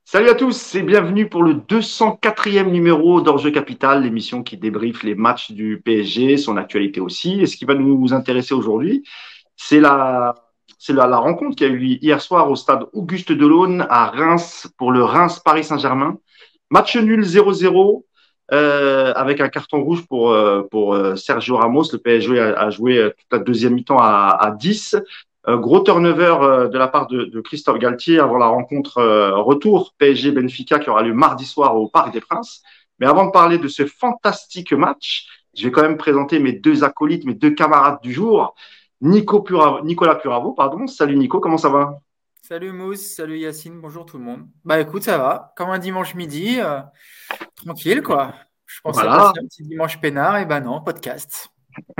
Salut à tous et bienvenue pour le 204e numéro d'Enjeu Capital, l'émission qui débriefe les matchs du PSG, son actualité aussi. Et ce qui va nous intéresser aujourd'hui, c'est la rencontre qui a eu lieu hier soir au stade Auguste Delaune à Reims pour le Reims-Paris Saint-Germain. Match nul 0-0 avec un carton rouge pour Sergio Ramos. Le PSG a joué toute la deuxième mi-temps à 10. Gros turnover de la part de Christophe Galtier avant la rencontre retour PSG-Benfica qui aura lieu mardi soir au Parc des Princes. Mais avant de parler de ce fantastique match, je vais quand même présenter mes deux acolytes, mes deux camarades du jour. Nicolas Puravo, pardon. Salut Nico, comment ça va? Salut Mousse, salut Yacine, bonjour tout le monde. Bah écoute, ça va, comme un dimanche midi, tranquille quoi. Je pensais Voilà. passer un petit dimanche peinard, et bah non, podcast.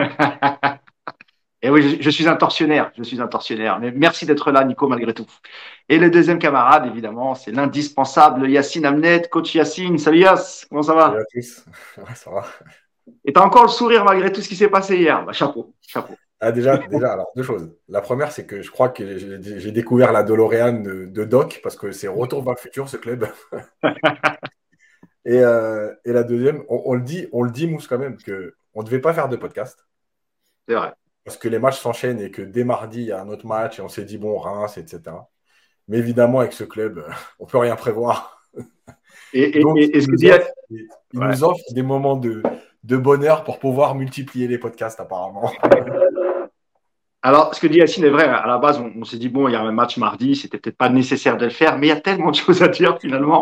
Et oui, je suis un tortionnaire, je suis un tortionnaire. Mais merci d'être là, Nico, malgré tout. Et le deuxième camarade, évidemment, c'est l'indispensable Yacine Amnet, coach Yacine. Salut Yass, comment ça Salut va? à tous. Ouais, ça va. Et t'as encore le sourire malgré tout ce qui s'est passé hier. Bah, chapeau, chapeau. Déjà, alors deux choses. La première, c'est que je crois que j'ai découvert la DeLorean de Doc parce que c'est Retour vers le futur, ce club. Et la deuxième, on le dit, Mousse, quand même, qu'on ne devait pas faire de podcast C'est vrai. parce que les matchs s'enchaînent et que dès mardi, il y a un autre match et on s'est dit, bon, Reims, etc. Mais évidemment, avec ce club, on ne peut rien prévoir. Et, et, Donc, et, et ce que dit, il ouais. nous offre des moments de bonheur pour pouvoir multiplier les podcasts, apparemment. Alors, ce que dit Yacine est vrai. À la base, on s'est dit, bon, il y a un match mardi, c'était peut-être pas nécessaire de le faire, mais il y a tellement de choses à dire finalement.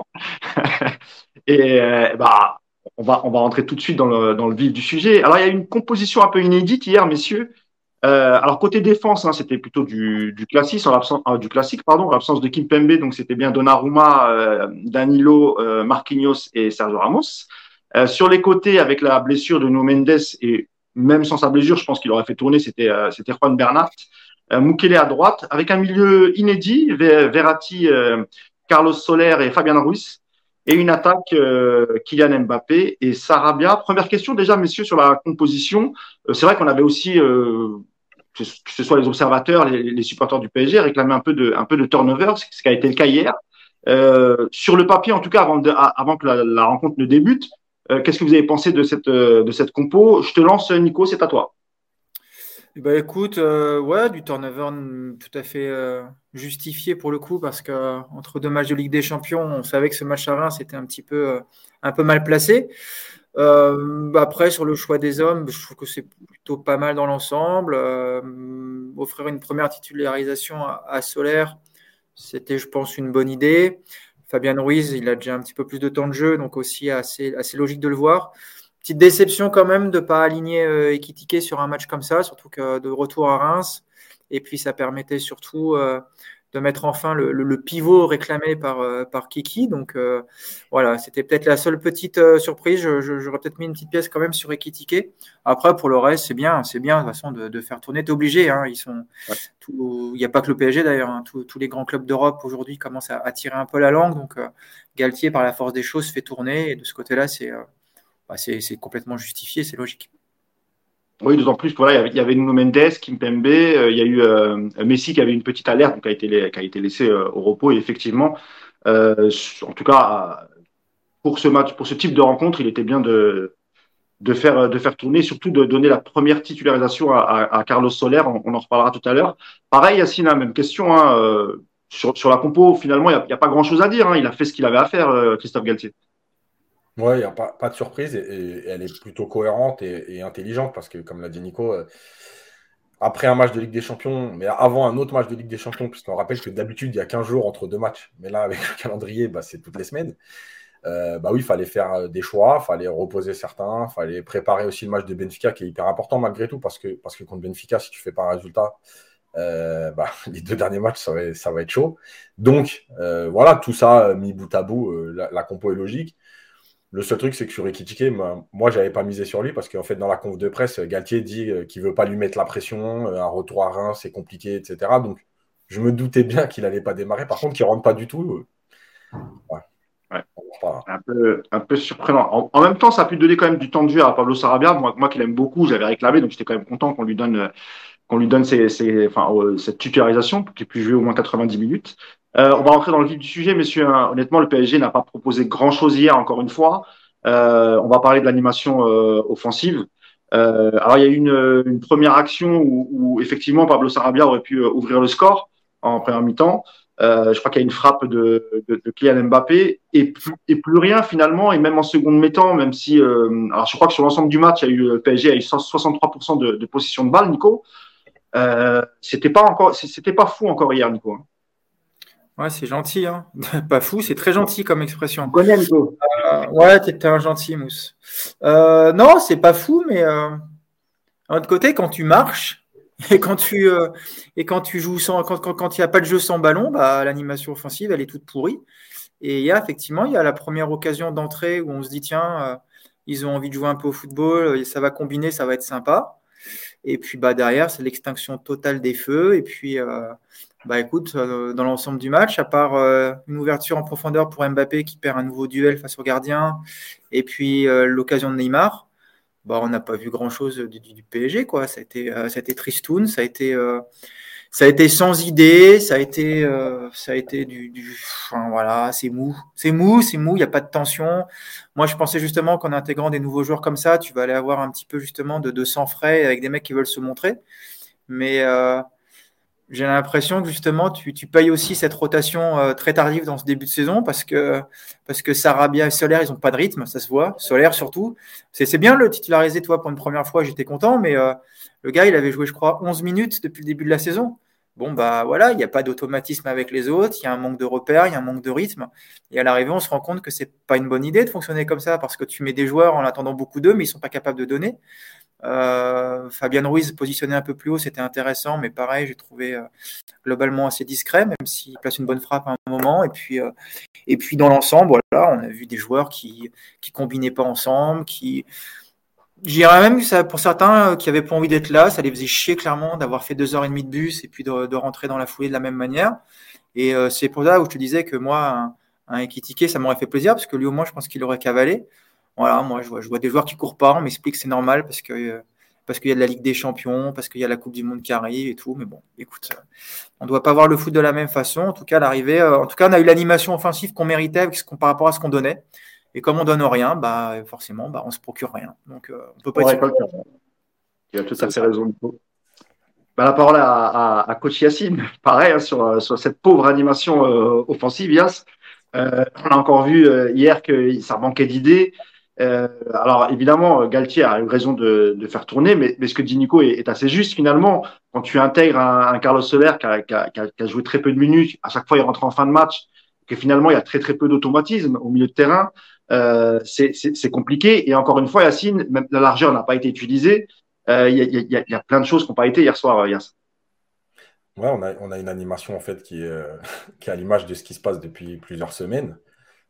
Et bah, on va rentrer tout de suite dans le vif du sujet. Alors, il y a une composition un peu inédite hier, messieurs. Alors, côté défense, hein, c'était plutôt du classique, du classique, pardon, en l'absence de Kimpembe, donc c'était bien Donnarumma, Danilo, Marquinhos et Sergio Ramos. Sur les côtés, avec la blessure de Nuno Mendes et même sans sa blessure, je pense qu'il aurait fait tourner, c'était Juan Bernat. Mukele à droite, avec un milieu inédit, Verratti, Carlos Soler et Fabian Ruiz, et une attaque Kylian Mbappé et Sarabia. Première question déjà, messieurs, sur la composition. C'est vrai qu'on avait aussi, que ce soit les observateurs, les supporters du PSG, réclamé un peu de turnover, ce qui a été le cas hier. Sur le papier, en tout cas, avant que la rencontre ne débute, qu'est-ce que vous avez pensé de cette compo? Je te lance, Nico, c'est à toi. Bah écoute, ouais, du turnover tout à fait justifié pour le coup, parce que entre deux matchs de Ligue des Champions, on savait que ce match à Reims était un peu mal placé. Après, sur le choix des hommes, je trouve que c'est plutôt pas mal dans l'ensemble. Offrir une première titularisation à Solaire, c'était, je pense, une bonne idée. Fabien Ruiz, il a déjà un petit peu plus de temps de jeu, donc aussi assez logique de le voir. Petite déception quand même de ne pas aligner Ekitike sur un match comme ça, surtout que de retour à Reims. Et puis ça permettait surtout de mettre enfin le pivot réclamé par Kiki. Donc voilà, c'était peut-être la seule petite surprise. J'aurais peut-être mis une petite pièce quand même sur Ekitike. Après, pour le reste, c'est bien de toute façon de faire tourner. T'es obligé, hein, il n'y a pas que le PSG d'ailleurs, hein, tous les grands clubs d'Europe aujourd'hui commencent à tirer un peu la langue. Donc Galtier, par la force des choses, fait tourner. Et de ce côté-là, c'est complètement justifié, c'est logique. Oui, d'autant plus que voilà, il y avait Nuno Mendes, Kimpembe, il y a eu Messi qui avait une petite alerte, donc qui a été laissé au repos. Et effectivement, en tout cas, pour ce match, pour ce type de rencontre, il était bien de faire tourner, surtout de donner la première titularisation à Carlos Soler. On en reparlera tout à l'heure. Pareil, Yacine, même question. Hein, sur la compo, finalement, il y a pas grand-chose à dire. Hein, il a fait ce qu'il avait à faire, Christophe Galtier. Ouais, il n'y a pas de surprise et elle est plutôt cohérente et intelligente parce que, comme l'a dit Nico, après un match de Ligue des Champions, mais avant un autre match de Ligue des Champions, puisqu'on rappelle que d'habitude, il y a 15 jours entre deux matchs, mais là, avec le calendrier, bah, c'est toutes les semaines. Bah oui, il fallait faire des choix, il fallait reposer certains, il fallait préparer aussi le match de Benfica qui est hyper important malgré tout parce que contre Benfica, si tu fais pas un résultat, bah, les deux derniers matchs, ça va être chaud. Donc, voilà, tout ça mis bout à bout, la compo est logique. Le seul truc, c'est que sur Ekitike, moi, j'avais pas misé sur lui parce qu'en fait, dans la conf de presse, Galtier dit qu'il veut pas lui mettre la pression, un retour à Reims, c'est compliqué, etc. Donc, je me doutais bien qu'il allait pas démarrer. Par contre, qu'il rentre pas du tout, ouais, Ouais. on en reparlera. Un peu surprenant. En même temps, ça a pu donner quand même du temps de jeu à Pablo Sarabia. Moi qui l'aime beaucoup, j'avais réclamé, donc j'étais quand même content qu'on lui donne cette titularisation pour qu'il puisse jouer au moins 90 minutes. On va rentrer dans le vif du sujet, messieurs. Hein. Honnêtement, le PSG n'a pas proposé grand-chose hier, encore une fois. On va parler de l'animation offensive. Alors, il y a eu une première action où effectivement Pablo Sarabia aurait pu ouvrir le score en première mi-temps. Je crois qu'il y a une frappe de Kylian Mbappé et plus rien finalement. Et même en seconde mi-temps, même si, alors je crois que sur l'ensemble du match, il y a eu le PSG a eu 63% de possession de balle, Nico. C'était pas fou encore hier, Nico. Hein. Ouais, c'est gentil, hein. Pas fou, c'est très gentil comme expression. Tu connais, Nico. Ouais, t'es un gentil, Mousse. Non, c'est pas fou, mais d'un autre côté, quand tu marches et quand tu joues quand il n'y a pas de jeu sans ballon, bah, l'animation offensive, elle est toute pourrie. Et effectivement, il y a la première occasion d'entrée où on se dit, tiens, ils ont envie de jouer un peu au football, ça va combiner, ça va être sympa. Et puis bah, derrière, c'est l'extinction totale des feux. Et puis, bah, écoute, dans l'ensemble du match, à part une ouverture en profondeur pour Mbappé qui perd un nouveau duel face au gardien, et puis l'occasion de Neymar, bah, on n'a pas vu grand-chose du PSG, quoi. Ça a été tristoun, ça a été sans idée, ça a été enfin, voilà, c'est mou. C'est mou, il n'y a pas de tension. Moi, je pensais justement qu'en intégrant des nouveaux joueurs comme ça, tu vas aller avoir un petit peu justement de sang frais avec des mecs qui veulent se montrer. Mais j'ai l'impression que justement, tu payes aussi cette rotation très tardive dans ce début de saison parce que Sarabia et Solaire, ils n'ont pas de rythme, ça se voit. Solaire surtout. C'est bien le titulariser, toi, pour une première fois, j'étais content, mais le gars, il avait joué, je crois, 11 minutes depuis le début de la saison. Bon, bah voilà, il n'y a pas d'automatisme avec les autres, il y a un manque de repères, il y a un manque de rythme. Et à l'arrivée, on se rend compte que c'est pas une bonne idée de fonctionner comme ça parce que tu mets des joueurs en attendant beaucoup d'eux, mais ils sont pas capables de donner. Fabian Ruiz positionné un peu plus haut, c'était intéressant, mais pareil, j'ai trouvé globalement assez discret, même s'il place une bonne frappe à un moment. Et puis dans l'ensemble, voilà, on a vu des joueurs qui combinaient pas ensemble, je dirais même que ça, pour certains qui n'avaient pas envie d'être là, ça les faisait chier clairement d'avoir fait 2 heures et demie de bus et puis de rentrer dans la foulée de la même manière. Et c'est pour ça où je te disais que moi, un Ekitike, ça m'aurait fait plaisir parce que lui au moins, je pense qu'il aurait cavalé. Voilà, moi je vois des joueurs qui courent pas, on m'explique que c'est normal parce qu'il y a de la Ligue des Champions, parce qu'il y a la Coupe du Monde qui arrive et tout. Mais bon, écoute, on ne doit pas voir le foot de la même façon. En tout cas, l'arrivée, en tout cas, on a eu l'animation offensive qu'on méritait par rapport à ce qu'on donnait. Et comme on donne rien, bah forcément, bah on se procure rien. Donc on peut pas être. Tu as tout à fait raison, Nico. Bah, la parole à coach Yacine. Pareil hein, sur cette pauvre animation offensive, Yass. On a encore vu hier que ça manquait d'idées. Alors évidemment, Galtier a eu raison de faire tourner, mais ce que dit Nico est assez juste finalement. Quand tu intègres un Carlos Soler qui a joué très peu de minutes, à chaque fois il rentre en fin de match, que finalement il y a très très peu d'automatisme au milieu de terrain, c'est compliqué. Et encore une fois, Yacine, même la largeur n'a pas été utilisée. Il y a plein de choses qui n'ont pas été hier soir, Yass. Ouais, on a une animation en fait qui est, qui est à l'image de ce qui se passe depuis plusieurs semaines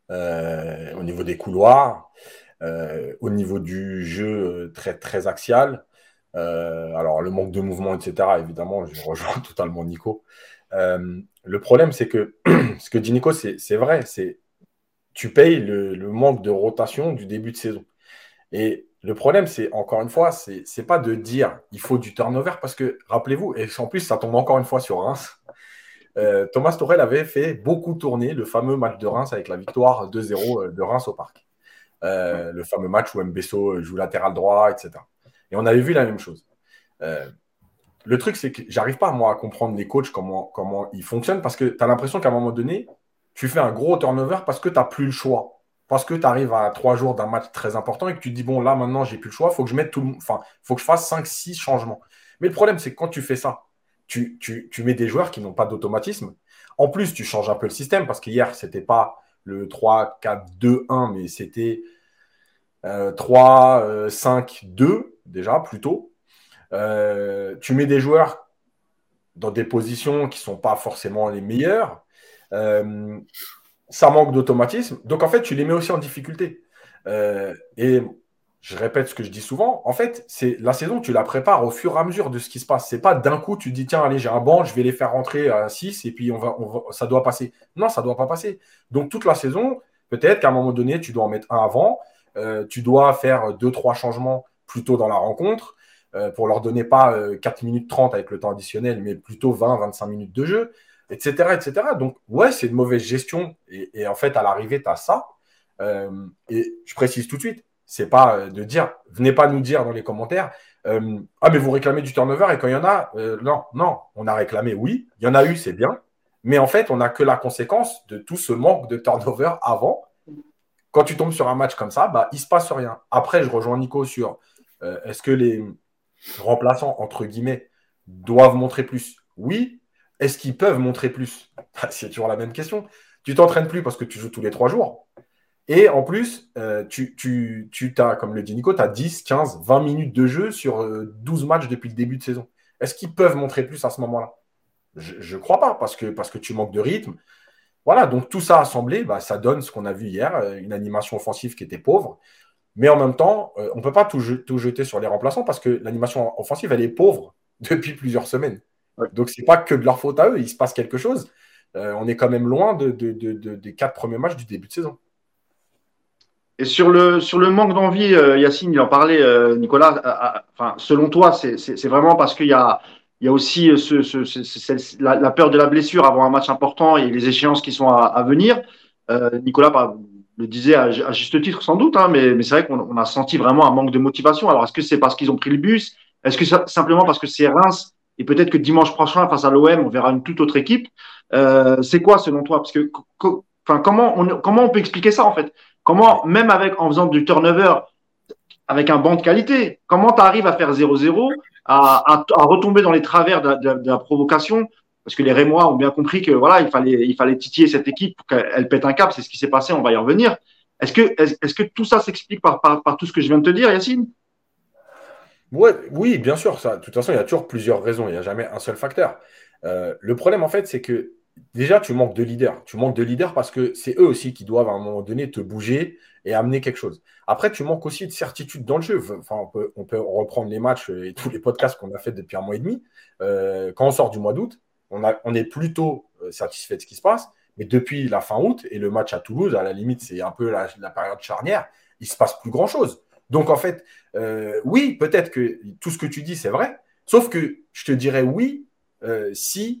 au niveau des couloirs, au niveau du jeu très, très axial. Alors, le manque de mouvement, etc., évidemment, je rejoins totalement Nico. Le problème, c'est que ce que dit Nico, c'est vrai, tu payes le manque de rotation du début de saison. Et le problème, c'est encore une fois, c'est pas de dire il faut du turnover parce que rappelez-vous, et en plus ça tombe encore une fois sur Reims. Thomas Tuchel avait fait beaucoup tourner le fameux match de Reims avec la victoire 2-0 de Reims au Parc. Le fameux match où Mbesso joue latéral droit, etc. Et on avait vu la même chose. Le truc, c'est que j'arrive pas moi à comprendre les coachs comment ils fonctionnent parce que tu as l'impression qu'à un moment donné, tu fais un gros turnover parce que tu n'as plus le choix. Parce que tu arrives à 3 jours d'un match très important et que tu te dis, bon, là, maintenant, j'ai plus le choix, il faut que je mette faut que je fasse 5-6 changements. Mais le problème, c'est que quand tu fais ça, tu mets des joueurs qui n'ont pas d'automatisme. En plus, tu changes un peu le système parce qu'hier, ce n'était pas le 3-4-2-1, mais c'était 3-5-2, déjà, plutôt. Tu mets des joueurs dans des positions qui ne sont pas forcément les meilleures. Ça manque d'automatisme. Donc, en fait, tu les mets aussi en difficulté. Et je répète ce que je dis souvent. En fait, c'est la saison, tu la prépares au fur et à mesure de ce qui se passe. C'est pas d'un coup, tu te dis, tiens, allez, j'ai un banc, je vais les faire rentrer à 6 et puis ça doit passer. Non, ça ne doit pas passer. Donc, toute la saison, peut-être qu'à un moment donné, tu dois en mettre un avant. Tu dois faire 2-3 changements plus tôt dans la rencontre pour leur donner pas 4 minutes 30 avec le temps additionnel, mais plutôt 20-25 minutes de jeu. etc., etc. Donc, ouais, c'est une mauvaise gestion. Et en fait, à l'arrivée, tu as ça. Et je précise tout de suite, c'est pas de dire, venez pas nous dire dans les commentaires, ah, mais vous réclamez du turnover et quand il y en a, non, non, on a réclamé, oui, il y en a eu, c'est bien. Mais en fait, on n'a que la conséquence de tout ce manque de turnover avant. Quand tu tombes sur un match comme ça, bah, il ne se passe rien. Après, je rejoins Nico sur est-ce que les remplaçants, entre guillemets, doivent montrer plus? Oui. Est-ce qu'ils peuvent montrer plus? C'est toujours la même question. Tu t'entraînes plus parce que tu joues tous les 3 jours. Et en plus, tu as, comme le dit Nico, tu as 10, 15, 20 minutes de jeu sur 12 matchs depuis le début de saison. Est-ce qu'ils peuvent montrer plus à ce moment-là? Je ne crois pas parce que tu manques de rythme. Voilà, donc tout ça assemblé, bah, ça donne ce qu'on a vu hier, une animation offensive qui était pauvre. Mais en même temps, on ne peut pas tout jeter sur les remplaçants parce que l'animation offensive, elle est pauvre depuis plusieurs semaines. Ouais. Donc, ce n'est pas que de leur faute à eux, il se passe quelque chose. On est quand même loin des 4 premiers matchs du début de saison. Et sur le manque d'envie, Yacine, il en parlait, Nicolas. Enfin, selon toi, c'est vraiment parce qu'il y a aussi la peur de la blessure avant un match important et les échéances qui sont à venir. Nicolas le disait à juste titre sans doute, hein, mais c'est vrai qu'on a senti vraiment un manque de motivation. Alors, est-ce que c'est parce qu'ils ont pris le bus? Est-ce que c'est simplement parce que c'est Reims et peut-être que dimanche prochain, face à l'OM, on verra une toute autre équipe? C'est quoi selon toi? Parce que, enfin, comment on peut expliquer ça en fait? Comment, même en faisant du turnover avec un banc de qualité, comment tu arrives à faire 0-0, à retomber dans les travers de la provocation? Parce que les Rémois ont bien compris que voilà, il fallait titiller cette équipe pour qu'elle pète un cap. C'est ce qui s'est passé, on va y revenir. Est-ce que tout ça s'explique par tout ce que je viens de te dire, Yacine? Ouais, oui, bien sûr. Ça. De toute façon, il y a toujours plusieurs raisons. Il n'y a jamais un seul facteur. Le problème, en fait, c'est que déjà, tu manques de leaders. Tu manques de leaders parce que c'est eux aussi qui doivent, à un moment donné, te bouger et amener quelque chose. Après, tu manques aussi de certitude dans le jeu. Enfin, on peut reprendre les matchs et tous les podcasts qu'on a fait depuis un mois et demi. Quand on sort du mois d'août, on est plutôt satisfait de ce qui se passe. Mais depuis la fin août et le match à Toulouse, à la limite, c'est un peu la période charnière, il ne se passe plus grand-chose. Donc, en fait, oui, peut-être que tout ce que tu dis, c'est vrai. Sauf que je te dirais oui si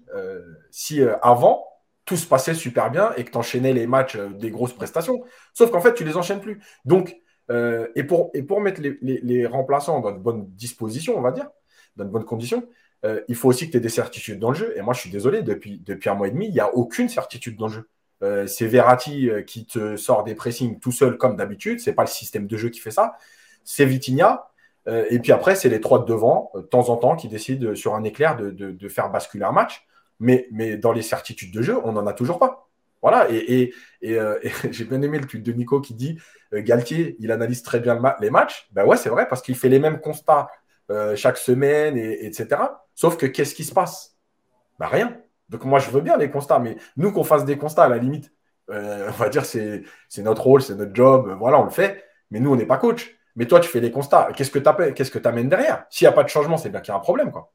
avant, tout se passait super bien et que tu enchaînais les matchs des grosses prestations. Sauf qu'en fait, tu les enchaînes plus. Donc, et pour mettre les remplaçants dans de bonnes dispositions, on va dire, dans de bonnes conditions, il faut aussi que tu aies des certitudes dans le jeu. Et moi, je suis désolé, depuis un mois et demi, il n'y a aucune certitude dans le jeu. C'est Verratti qui te sort des pressings tout seul comme d'habitude. Ce n'est pas le système de jeu qui fait ça. C'est Vitinha. Et puis après, c'est les 3 de devant, de temps en temps, qui décident sur un éclair de faire basculer un match. Mais dans les certitudes de jeu, on n'en a toujours pas. Voilà. Et j'ai bien aimé le tweet de Nico qui dit Galtier, il analyse très bien les matchs. Ben ouais, c'est vrai, parce qu'il fait les mêmes constats chaque semaine, etc. Sauf que qu'est-ce qui se passe? Ben rien. Donc moi, je veux bien les constats, mais nous, qu'on fasse des constats, à la limite, on va dire c'est notre rôle, c'est notre job, voilà, on le fait. Mais nous, on n'est pas coach. Mais toi, tu fais les constats. Qu'est-ce que tu amènes derrière? S'il n'y a pas de changement, c'est bien qu'il y a un problème, quoi.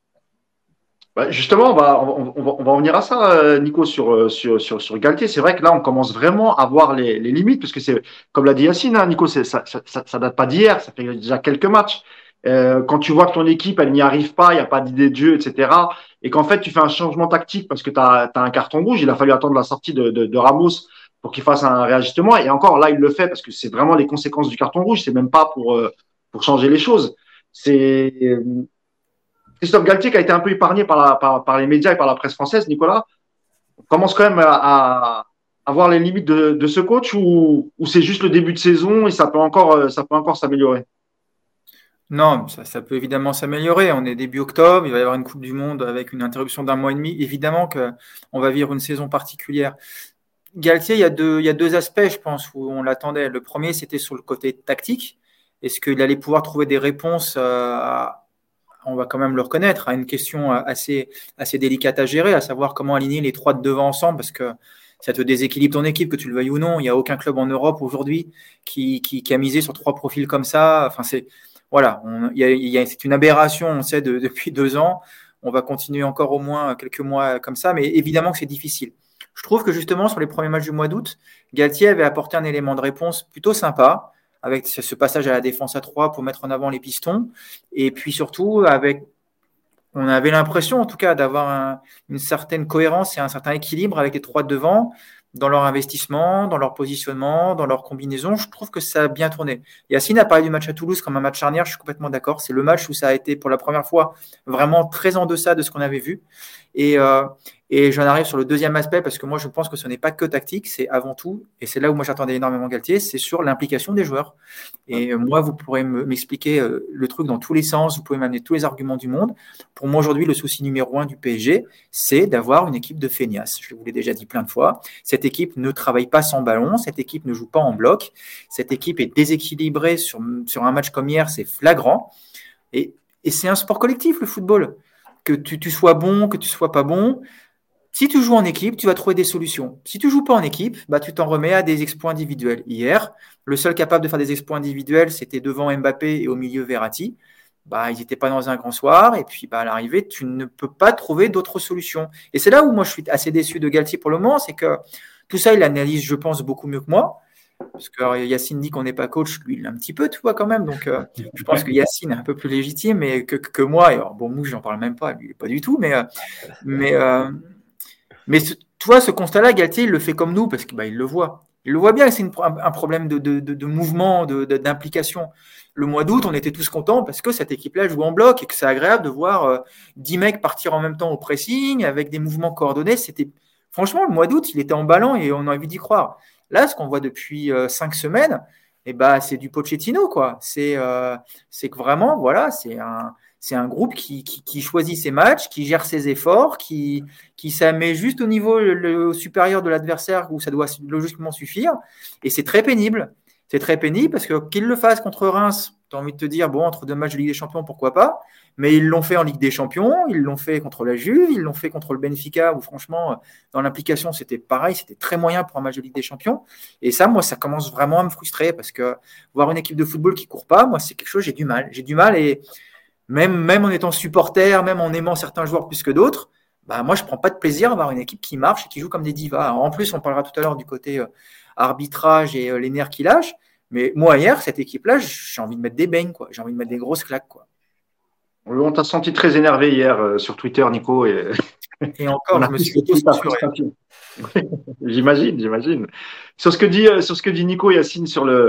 Bah, justement, on va revenir à ça, Nico, sur Galtier. C'est vrai que là, on commence vraiment à voir les limites, parce que c'est, comme l'a dit Yacine, hein, Nico, ça date pas d'hier, ça fait déjà quelques matchs. Quand tu vois que ton équipe, elle n'y arrive pas, il n'y a pas d'idée de jeu, etc., et qu'en fait, tu fais un changement tactique parce que tu as un carton rouge, il a fallu attendre la sortie de Ramos pour qu'il fasse un réajustement. Et encore, là, il le fait parce que c'est vraiment les conséquences du carton rouge, c'est même pas pour changer les choses. C'est Christophe Galtier qui a été un peu épargné par les médias et par la presse française, Nicolas. On commence quand même à voir les limites de ce coach ou c'est juste le début de saison et ça peut encore s'améliorer. Non, ça peut évidemment s'améliorer. On est début octobre, il va y avoir une Coupe du Monde avec une interruption d'un mois et demi. Évidemment qu'on va vivre une saison particulière. Galtier, il y a deux aspects, je pense, où on l'attendait. Le premier, c'était sur le côté tactique. Est-ce qu'il allait pouvoir trouver des réponses on va quand même le reconnaître, à une question assez délicate à gérer, à savoir comment aligner les 3 de devant ensemble, parce que ça te déséquilibre ton équipe, que tu le veuilles ou non. Il n'y a aucun club en Europe aujourd'hui qui a misé sur 3 profils comme ça. Enfin, voilà, c'est une aberration, on sait, depuis 2 ans. On va continuer encore au moins quelques mois comme ça, mais évidemment que c'est difficile. Je trouve que justement, sur les premiers matchs du mois d'août, Galtier avait apporté un élément de réponse plutôt sympa, avec ce passage à la défense à 3 pour mettre en avant les pistons, et puis surtout avec on avait l'impression, en tout cas, d'avoir une certaine cohérence et un certain équilibre avec les trois de devant dans leur investissement, dans leur positionnement, dans leur combinaison. Je trouve que ça a bien tourné. Yacine a parlé du match à Toulouse comme un match charnière, je suis complètement d'accord. C'est le match où ça a été pour la première fois vraiment très en deçà de ce qu'on avait vu. Et, euh, et j'en arrive sur le deuxième aspect parce que moi je pense que ce n'est pas que tactique, c'est avant tout, et c'est là où moi j'attendais énormément Galtier, c'est sur l'implication des joueurs. Et moi, vous pourrez m'expliquer le truc dans tous les sens, vous pouvez m'amener tous les arguments du monde. Pour moi aujourd'hui, le souci numéro 1 du PSG, c'est d'avoir une équipe de feignasses. Je vous l'ai déjà dit plein de fois. Cette équipe ne travaille pas sans ballon, cette équipe ne joue pas en bloc, cette équipe est déséquilibrée sur un match comme hier, c'est flagrant. Et c'est un sport collectif, le football. Que tu sois bon, que tu sois pas bon, si tu joues en équipe, tu vas trouver des solutions. Si tu joues pas en équipe, bah, tu t'en remets à des exploits individuels. Hier, le seul capable de faire des exploits individuels, c'était devant Mbappé et au milieu Verratti. Bah, ils n'étaient pas dans un grand soir. Et puis, bah, à l'arrivée, tu ne peux pas trouver d'autres solutions. Et c'est là où moi, je suis assez déçu de Galtier pour le moment. C'est que tout ça, il analyse, je pense, beaucoup mieux que moi. Parce que Yacine dit qu'on n'est pas coach, lui, il l'a un petit peu, tu vois, quand même. Donc, je pense que Yacine est un peu plus légitime que moi. Et alors, bon, Mouche, j'en parle même pas, lui, pas du tout. Mais, tu vois, ce constat-là, Galtier, il le fait comme nous parce qu'il il le voit. Il le voit bien que c'est un problème de mouvement, d'implication. Le mois d'août, on était tous contents parce que cette équipe-là joue en bloc et que c'est agréable de voir 10 mecs partir en même temps au pressing avec des mouvements coordonnés. Franchement, le mois d'août, il était emballant et on a envie d'y croire. Là, ce qu'on voit depuis 5 semaines, c'est du Pochettino, quoi. C'est que vraiment, voilà, c'est un groupe qui choisit ses matchs, qui gère ses efforts, qui ça met juste au niveau le supérieur de l'adversaire où ça doit logiquement suffire. Et c'est très pénible. C'est très pénible parce que qu'ils le fassent contre Reims, tu as envie de te dire, bon, entre deux matchs de Ligue des Champions, pourquoi pas. Mais ils l'ont fait en Ligue des Champions, ils l'ont fait contre la Juve, ils l'ont fait contre le Benfica, où franchement, dans l'implication, c'était pareil, c'était très moyen pour un match de Ligue des Champions. Et ça, moi, ça commence vraiment à me frustrer parce que voir une équipe de football qui court pas, moi, c'est quelque chose, j'ai du mal. J'ai du mal et même en étant supporter, même en aimant certains joueurs plus que d'autres, bah, moi, je prends pas de plaisir à voir une équipe qui marche et qui joue comme des divas. Alors, en plus, on parlera tout à l'heure du côté arbitrage et les nerfs qui lâchent. Mais moi, hier, cette équipe-là, j'ai envie de mettre des beignes, quoi. J'ai envie de mettre des grosses claques, quoi. On t'a senti très énervé hier sur Twitter, Nico. Et encore, je me suis auto-censuré. J'imagine. Sur ce que dit Nico Yacine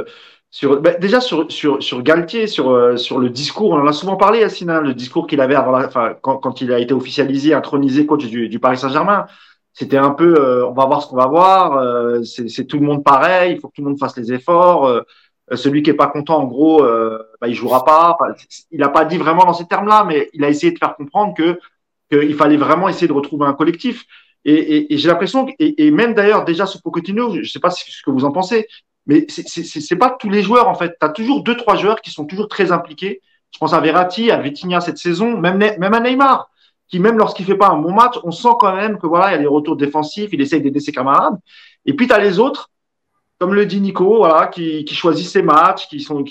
déjà sur Galtier, sur le discours, on en a souvent parlé, Yacine, hein, le discours qu'il avait quand il a été officialisé, intronisé coach du Paris Saint-Germain. C'était un peu, on va voir ce qu'on va voir, c'est tout le monde pareil, il faut que tout le monde fasse les efforts. Celui qui est pas content, en gros, il jouera pas. Enfin, il n'a pas dit vraiment dans ces termes-là, mais il a essayé de faire comprendre qu'il fallait vraiment essayer de retrouver un collectif. Et j'ai l'impression, et même d'ailleurs déjà sur Pochettino, je ne sais pas ce que vous en pensez, mais c'est pas tous les joueurs en fait. Tu as toujours 2-3 joueurs qui sont toujours très impliqués. Je pense à Verratti, à Vitinha cette saison, même à Neymar, qui même lorsqu'il fait pas un bon match, on sent quand même que voilà, il y a des retours défensifs, il essaye d'aider ses camarades. Et puis tu as les autres, comme le dit Nico, voilà, qui choisissent ses matchs,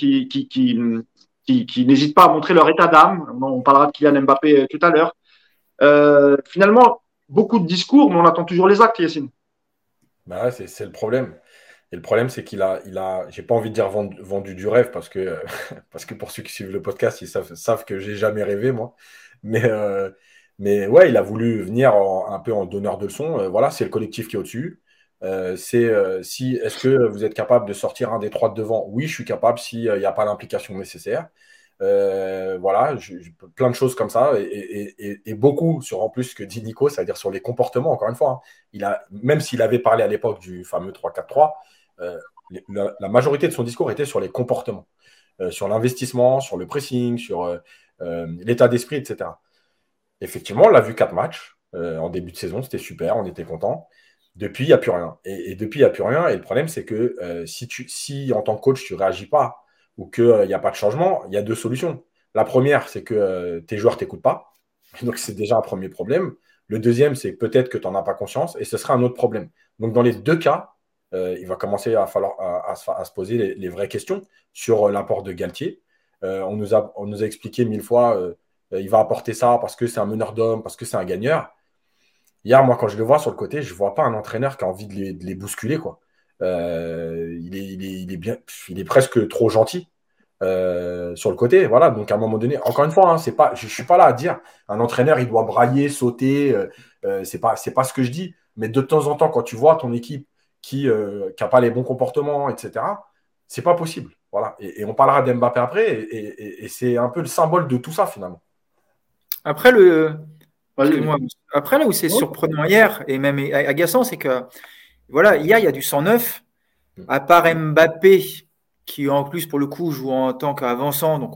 qui n'hésitent pas à montrer leur état d'âme. On parlera de Kylian Mbappé tout à l'heure. Finalement, beaucoup de discours, mais on attend toujours les actes, Yacine. Bah ouais, c'est le problème. Et le problème, c'est j'ai pas envie de dire vendu du rêve parce que, parce que pour ceux qui suivent le podcast, ils savent que j'ai jamais rêvé, moi. Mais ouais, il a voulu venir un peu en donneur de leçons. Voilà, c'est le collectif qui est au-dessus. Est-ce que vous êtes capable de sortir un des trois de devant? Oui, je suis capable s'il n'y a pas l'implication nécessaire. Voilà, plein de choses comme ça et beaucoup sur en plus ce que dit Nico, c'est-à-dire sur les comportements, encore une fois. Même s'il avait parlé à l'époque du fameux 3-4-3, la majorité de son discours était sur les comportements, sur l'investissement, sur le pressing, sur l'état d'esprit, etc. Effectivement, on l'a vu 4 matchs en début de saison, c'était super, on était content. Depuis, il n'y a plus rien. Et depuis, il n'y a plus rien. Et le problème, c'est que si en tant que coach, tu ne réagis pas ou qu'il n'y a pas de changement, il y a 2 solutions. La première, c'est que tes joueurs ne t'écoutent pas. Donc, c'est déjà un premier problème. Le deuxième, c'est peut-être que tu n'en as pas conscience et ce sera un autre problème. Donc, dans les 2 cas, il va commencer à falloir à se poser les vraies questions sur l'apport de Galtier. On nous a expliqué 1000 fois il va apporter ça parce que c'est un meneur d'hommes, parce que c'est un gagneur. Hier, moi, quand je le vois sur le côté, je ne vois pas un entraîneur qui a envie de les bousculer, quoi. Il est presque trop gentil. sur le côté. Voilà, donc à un moment donné, encore une fois, je ne suis pas là à dire un entraîneur, il doit brailler, sauter. C'est pas ce que je dis. Mais de temps en temps, quand tu vois ton équipe qui n'a pas les bons comportements, etc., c'est pas possible. Voilà. Et on parlera d'Mbappé après. Et c'est un peu le symbole de tout ça, finalement. Après, excuse-moi. Après, là où c'est surprenant hier, et même agaçant, c'est que voilà, hier, il y a du 109, à part Mbappé, qui en plus, pour le coup, joue en tant qu'avançant, donc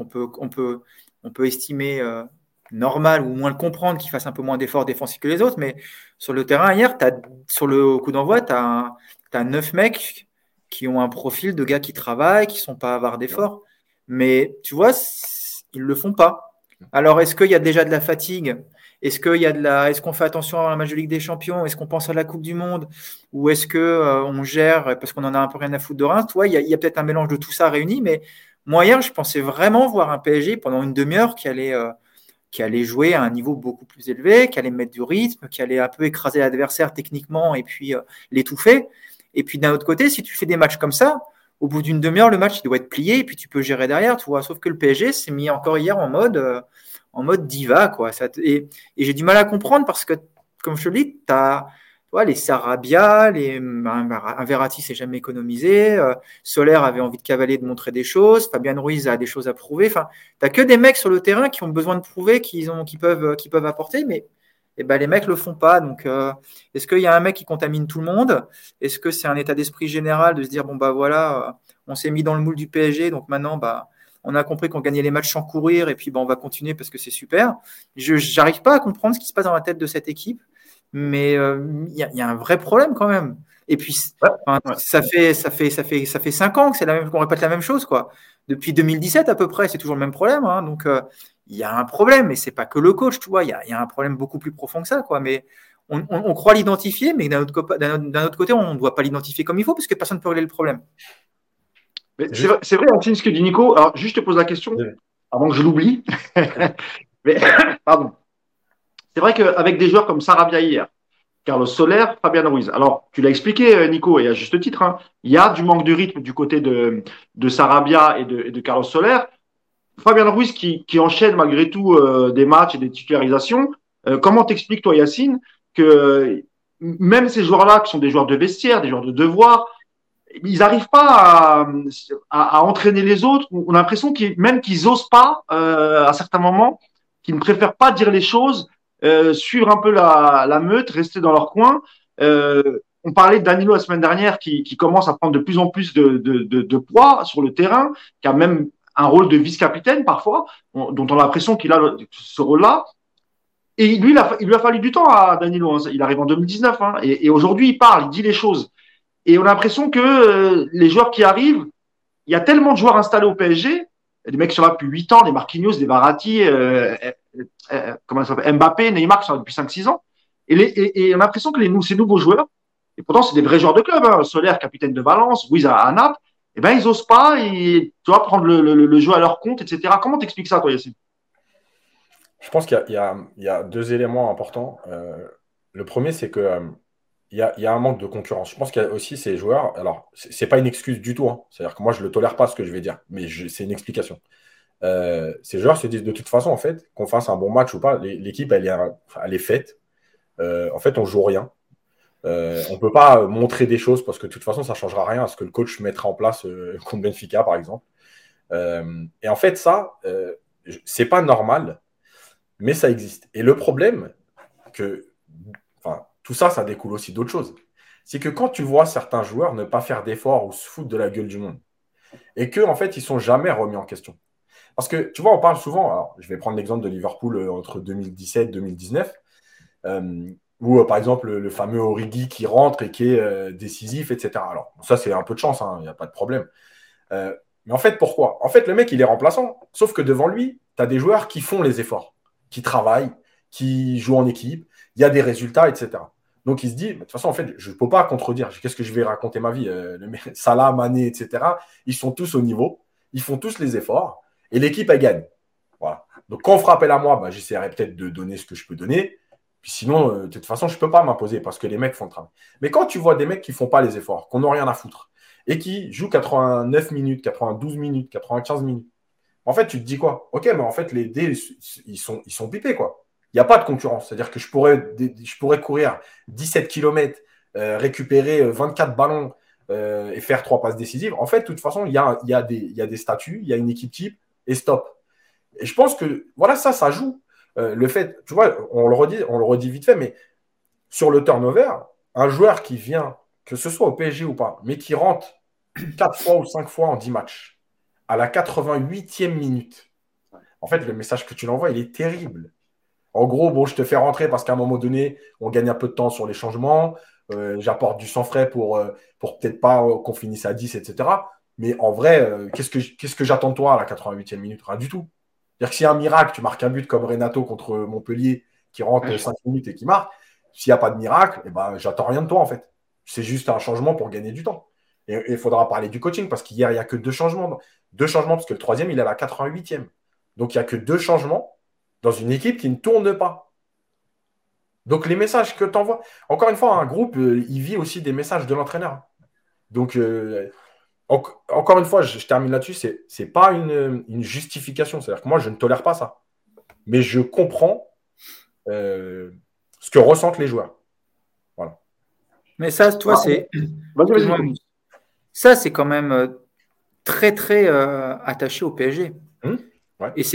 on peut estimer normal ou moins le comprendre qu'il fasse un peu moins d'efforts défensifs que les autres, mais sur le terrain, hier, sur le coup d'envoi, tu as 9 mecs qui ont un profil de gars qui travaillent, qui ne sont pas avares d'efforts, mais tu vois, ils ne le font pas. Alors, est-ce qu'il y a déjà de la fatigue? Est-ce qu'on fait attention à la match de Ligue des Champions? Est-ce qu'on pense à la Coupe du Monde? Ou est-ce que on gère parce qu'on en a un peu rien à foutre de Reims? Il y a peut-être un mélange de tout ça réuni, mais moi hier, je pensais vraiment voir un PSG pendant une demi-heure qui allait jouer à un niveau beaucoup plus élevé, qui allait mettre du rythme, qui allait un peu écraser l'adversaire techniquement et puis l'étouffer. Et puis d'un autre côté, si tu fais des matchs comme ça, au bout d'une demi-heure, le match il doit être plié et puis tu peux gérer derrière, tu vois. Sauf que le PSG s'est mis encore hier en mode diva, quoi. Et j'ai du mal à comprendre parce que, comme je te le dis, tu as les Sarabia, un Verratti s'est jamais économisé, Soler avait envie de cavaler, de montrer des choses, Fabian Ruiz a des choses à prouver. Enfin, tu n'as que des mecs sur le terrain qui ont besoin de prouver qu'ils peuvent apporter, mais les mecs le font pas. Donc, est-ce qu'il y a un mec qui contamine tout le monde? Est-ce que c'est un état d'esprit général de se dire, bon, bah voilà, on s'est mis dans le moule du PSG, donc maintenant, on a compris qu'on gagnait les matchs sans courir et puis on va continuer parce que c'est super. Je n'arrive pas à comprendre ce qui se passe dans la tête de cette équipe, mais il y a un vrai problème quand même. Et puis, ça fait 5 ans qu'on répète la même chose, quoi. Depuis 2017 à peu près, c'est toujours le même problème. Hein. Donc, il y a un problème, mais c'est pas que le coach, tu vois. Il y a un problème beaucoup plus profond que ça, quoi. Mais on croit l'identifier, mais d'un autre côté, on ne doit pas l'identifier comme il faut parce que personne ne peut régler le problème. C'est vrai, Antine, ce que dit Nico. Alors, juste, je te pose la question, avant que je l'oublie. Mais, pardon. C'est vrai qu'avec des joueurs comme Sarabia hier, Carlos Soler, Fabian Ruiz. Alors, tu l'as expliqué, Nico, et à juste titre, hein, il y a du manque de rythme du côté de Sarabia et de Carlos Soler. Fabian Ruiz qui enchaîne malgré tout des matchs et des titularisations. Comment t'expliques, toi, Yacine, que même ces joueurs-là, qui sont des joueurs de vestiaire, des joueurs de devoir, ils n'arrivent pas à entraîner les autres. On a l'impression même qu'ils n'osent pas, à certains moments, qu'ils ne préfèrent pas dire les choses, suivre un peu la meute, rester dans leur coin. On parlait de Danilo la semaine dernière qui commence à prendre de plus en plus de poids sur le terrain, qui a même un rôle de vice-capitaine parfois, dont on a l'impression qu'il a ce rôle-là. Et lui, il lui a fallu du temps à Danilo. Hein. Il arrive en 2019. Hein, et aujourd'hui, il parle, il dit les choses. Et on a l'impression que les joueurs qui arrivent, il y a tellement de joueurs installés au PSG, des mecs qui sont là depuis 8 ans, des Marquinhos, des Verratti, comment ça s'appelle, Mbappé, Neymar qui sont là depuis 5-6 ans. Et on a l'impression que ces nouveaux joueurs, et pourtant c'est des vrais joueurs de club, hein, Soler, capitaine de Valence, Ruiz à Naples, eh ben ils osent pas, tu vois, prendre le jeu à leur compte, etc. Comment t'expliques ça, toi, Yassine? Je pense qu'il y a deux éléments importants. Le premier, c'est que il y a un manque de concurrence. Je pense qu'il y a aussi ces joueurs. Alors, c'est pas une excuse du tout. Hein. C'est-à-dire que moi, je le tolère pas ce que je vais dire, mais c'est une explication. Ces joueurs se disent de toute façon, en fait, qu'on fasse un bon match ou pas, l'équipe, elle est faite. En fait, on joue rien. On peut pas montrer des choses parce que de toute façon, ça changera rien à ce que le coach mettra en place contre Benfica, par exemple. Et en fait, ça, c'est pas normal, mais ça existe. Et le problème, tout ça, ça découle aussi d'autres choses. C'est que quand tu vois certains joueurs ne pas faire d'efforts ou se foutre de la gueule du monde, et qu'en en fait, ils ne sont jamais remis en question. Parce que, tu vois, on parle souvent, alors, je vais prendre l'exemple de Liverpool entre 2017 et 2019, où, par exemple, le fameux Origi qui rentre et qui est décisif, etc. Alors, ça, c'est un peu de chance, il n'y a pas de problème. Mais en fait, pourquoi? En fait, le mec, il est remplaçant, sauf que devant lui, tu as des joueurs qui font les efforts, qui travaillent, qui jouent en équipe, il y a des résultats, etc. Donc, il se dit, de toute façon, en fait, je ne peux pas contredire. Qu'est-ce que je vais raconter ma vie Salah, Mané, etc. Ils sont tous au niveau. Ils font tous les efforts. Et l'équipe, elle gagne. Voilà. Donc, quand on fera appel à moi, j'essaierai peut-être de donner ce que je peux donner. Puis sinon, de toute façon, je ne peux pas m'imposer parce que les mecs font le travail. Mais quand tu vois des mecs qui ne font pas les efforts, qu'on n'a rien à foutre, et qui jouent 89 minutes, 92 minutes, 95 minutes, En fait, tu te dis quoi? Ok, mais en fait, les dés, ils sont pipés, quoi. Il n'y a pas de concurrence. C'est-à-dire que je pourrais courir 17 km, récupérer 24 ballons et faire 3 passes décisives. En fait, de toute façon, il y a des statuts, il y a une équipe type et stop. Et je pense que voilà, ça joue. Le fait, tu vois, on le redit vite fait, mais sur le turnover, un joueur qui vient, que ce soit au PSG ou pas, mais qui rentre 4 fois ou 5 fois en 10 matchs, à la 88e minute, en fait, le message que tu l'envoies, il est terrible. En gros, bon, je te fais rentrer parce qu'à un moment donné, on gagne un peu de temps sur les changements. J'apporte du sang frais pour peut-être pas qu'on finisse à 10, etc. Mais en vrai, qu'est-ce que j'attends de toi à la 88e minute? Rien du tout. C'est-à-dire que s'il y a un miracle, tu marques un but comme Renato contre Montpellier qui rentre 5 minutes et qui marque. S'il n'y a pas de miracle, eh ben, j'attends rien de toi en fait. C'est juste un changement pour gagner du temps. Et il faudra parler du coaching parce qu'hier, il n'y a que 2 changements. 2 changements parce que le troisième, il est à la 88e. Donc, il n'y a que 2 changements dans une équipe qui ne tourne pas. Donc, les messages que tu envoies, encore une fois, un groupe, il vit aussi des messages de l'entraîneur. Donc, encore une fois, je termine là-dessus, ce n'est pas une justification. C'est-à-dire que moi, je ne tolère pas ça. Mais je comprends ce que ressentent les joueurs. Voilà. Mais ça, toi, c'est. Ça, c'est quand même très, très attaché au PSG. Ouais. Et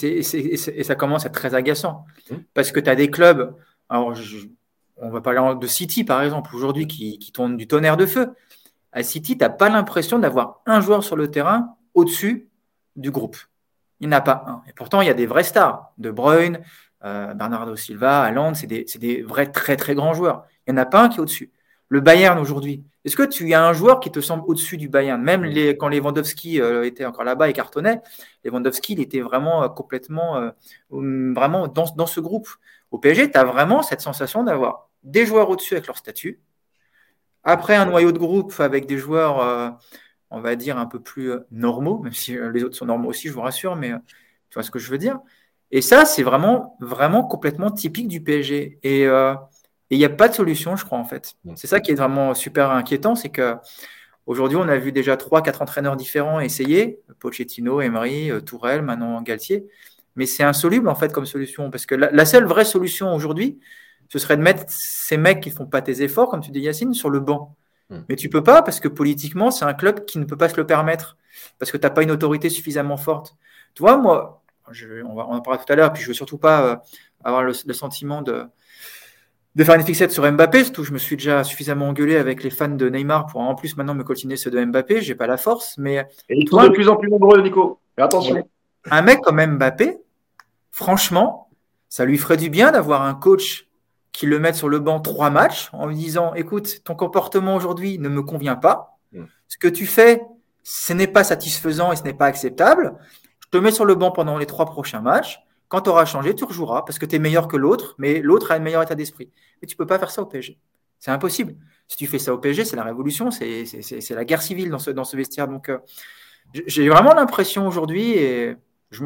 ça commence à être très agaçant. Parce que tu as des clubs. Alors, on va parler de City, par exemple, aujourd'hui, qui tourne du tonnerre de feu. À City, tu n'as pas l'impression d'avoir un joueur sur le terrain au-dessus du groupe. Il n'y en a pas un. Et pourtant, il y a des vrais stars. De Bruyne, Bernardo Silva, Haaland, c'est des vrais très, très grands joueurs. Il n'y en a pas un qui est au-dessus. Le Bayern aujourd'hui, est-ce que tu as un joueur qui te semble au-dessus du Bayern? Même quand Lewandowski était encore là-bas et cartonnait, Lewandowski, il était vraiment complètement vraiment dans ce groupe. Au PSG, tu as vraiment cette sensation d'avoir des joueurs au-dessus avec leur statut. Après, un noyau de groupe avec des joueurs, on va dire, un peu plus normaux, même si les autres sont normaux aussi, je vous rassure, mais tu vois ce que je veux dire. Et ça, c'est vraiment, vraiment complètement typique du PSG. Et il n'y a pas de solution, je crois, en fait. C'est ça qui est vraiment super inquiétant, c'est qu'aujourd'hui, on a vu déjà 3-4 entraîneurs différents essayer, Pochettino, Emery, Tourelle, maintenant Galtier. Mais c'est insoluble, en fait, comme solution. Parce que la seule vraie solution aujourd'hui, ce serait de mettre ces mecs qui ne font pas tes efforts, comme tu dis Yacine, sur le banc. Mais tu ne peux pas, parce que politiquement, c'est un club qui ne peut pas se le permettre, parce que tu n'as pas une autorité suffisamment forte. Tu vois, moi, on en parlera tout à l'heure, puis je ne veux surtout pas avoir le sentiment de faire une fixette sur Mbappé, surtout je me suis déjà suffisamment engueulé avec les fans de Neymar pour en plus maintenant me coltiner ceux de Mbappé, je n'ai pas la force. Mais et ils sont de plus en plus nombreux, Nico. Et attention. Un mec comme Mbappé, franchement, ça lui ferait du bien d'avoir un coach qui le mette sur le banc 3 matchs en lui disant « Écoute, ton comportement aujourd'hui ne me convient pas. Ce que tu fais, ce n'est pas satisfaisant et ce n'est pas acceptable. Je te mets sur le banc pendant les 3 prochains matchs. Quand tu auras changé, tu rejoueras parce que tu es meilleur que l'autre, mais l'autre a un meilleur état d'esprit. Mais tu ne peux pas faire ça au PSG. C'est impossible. Si tu fais ça au PSG, c'est la révolution, c'est la guerre civile dans ce vestiaire. Donc, j'ai vraiment l'impression aujourd'hui, et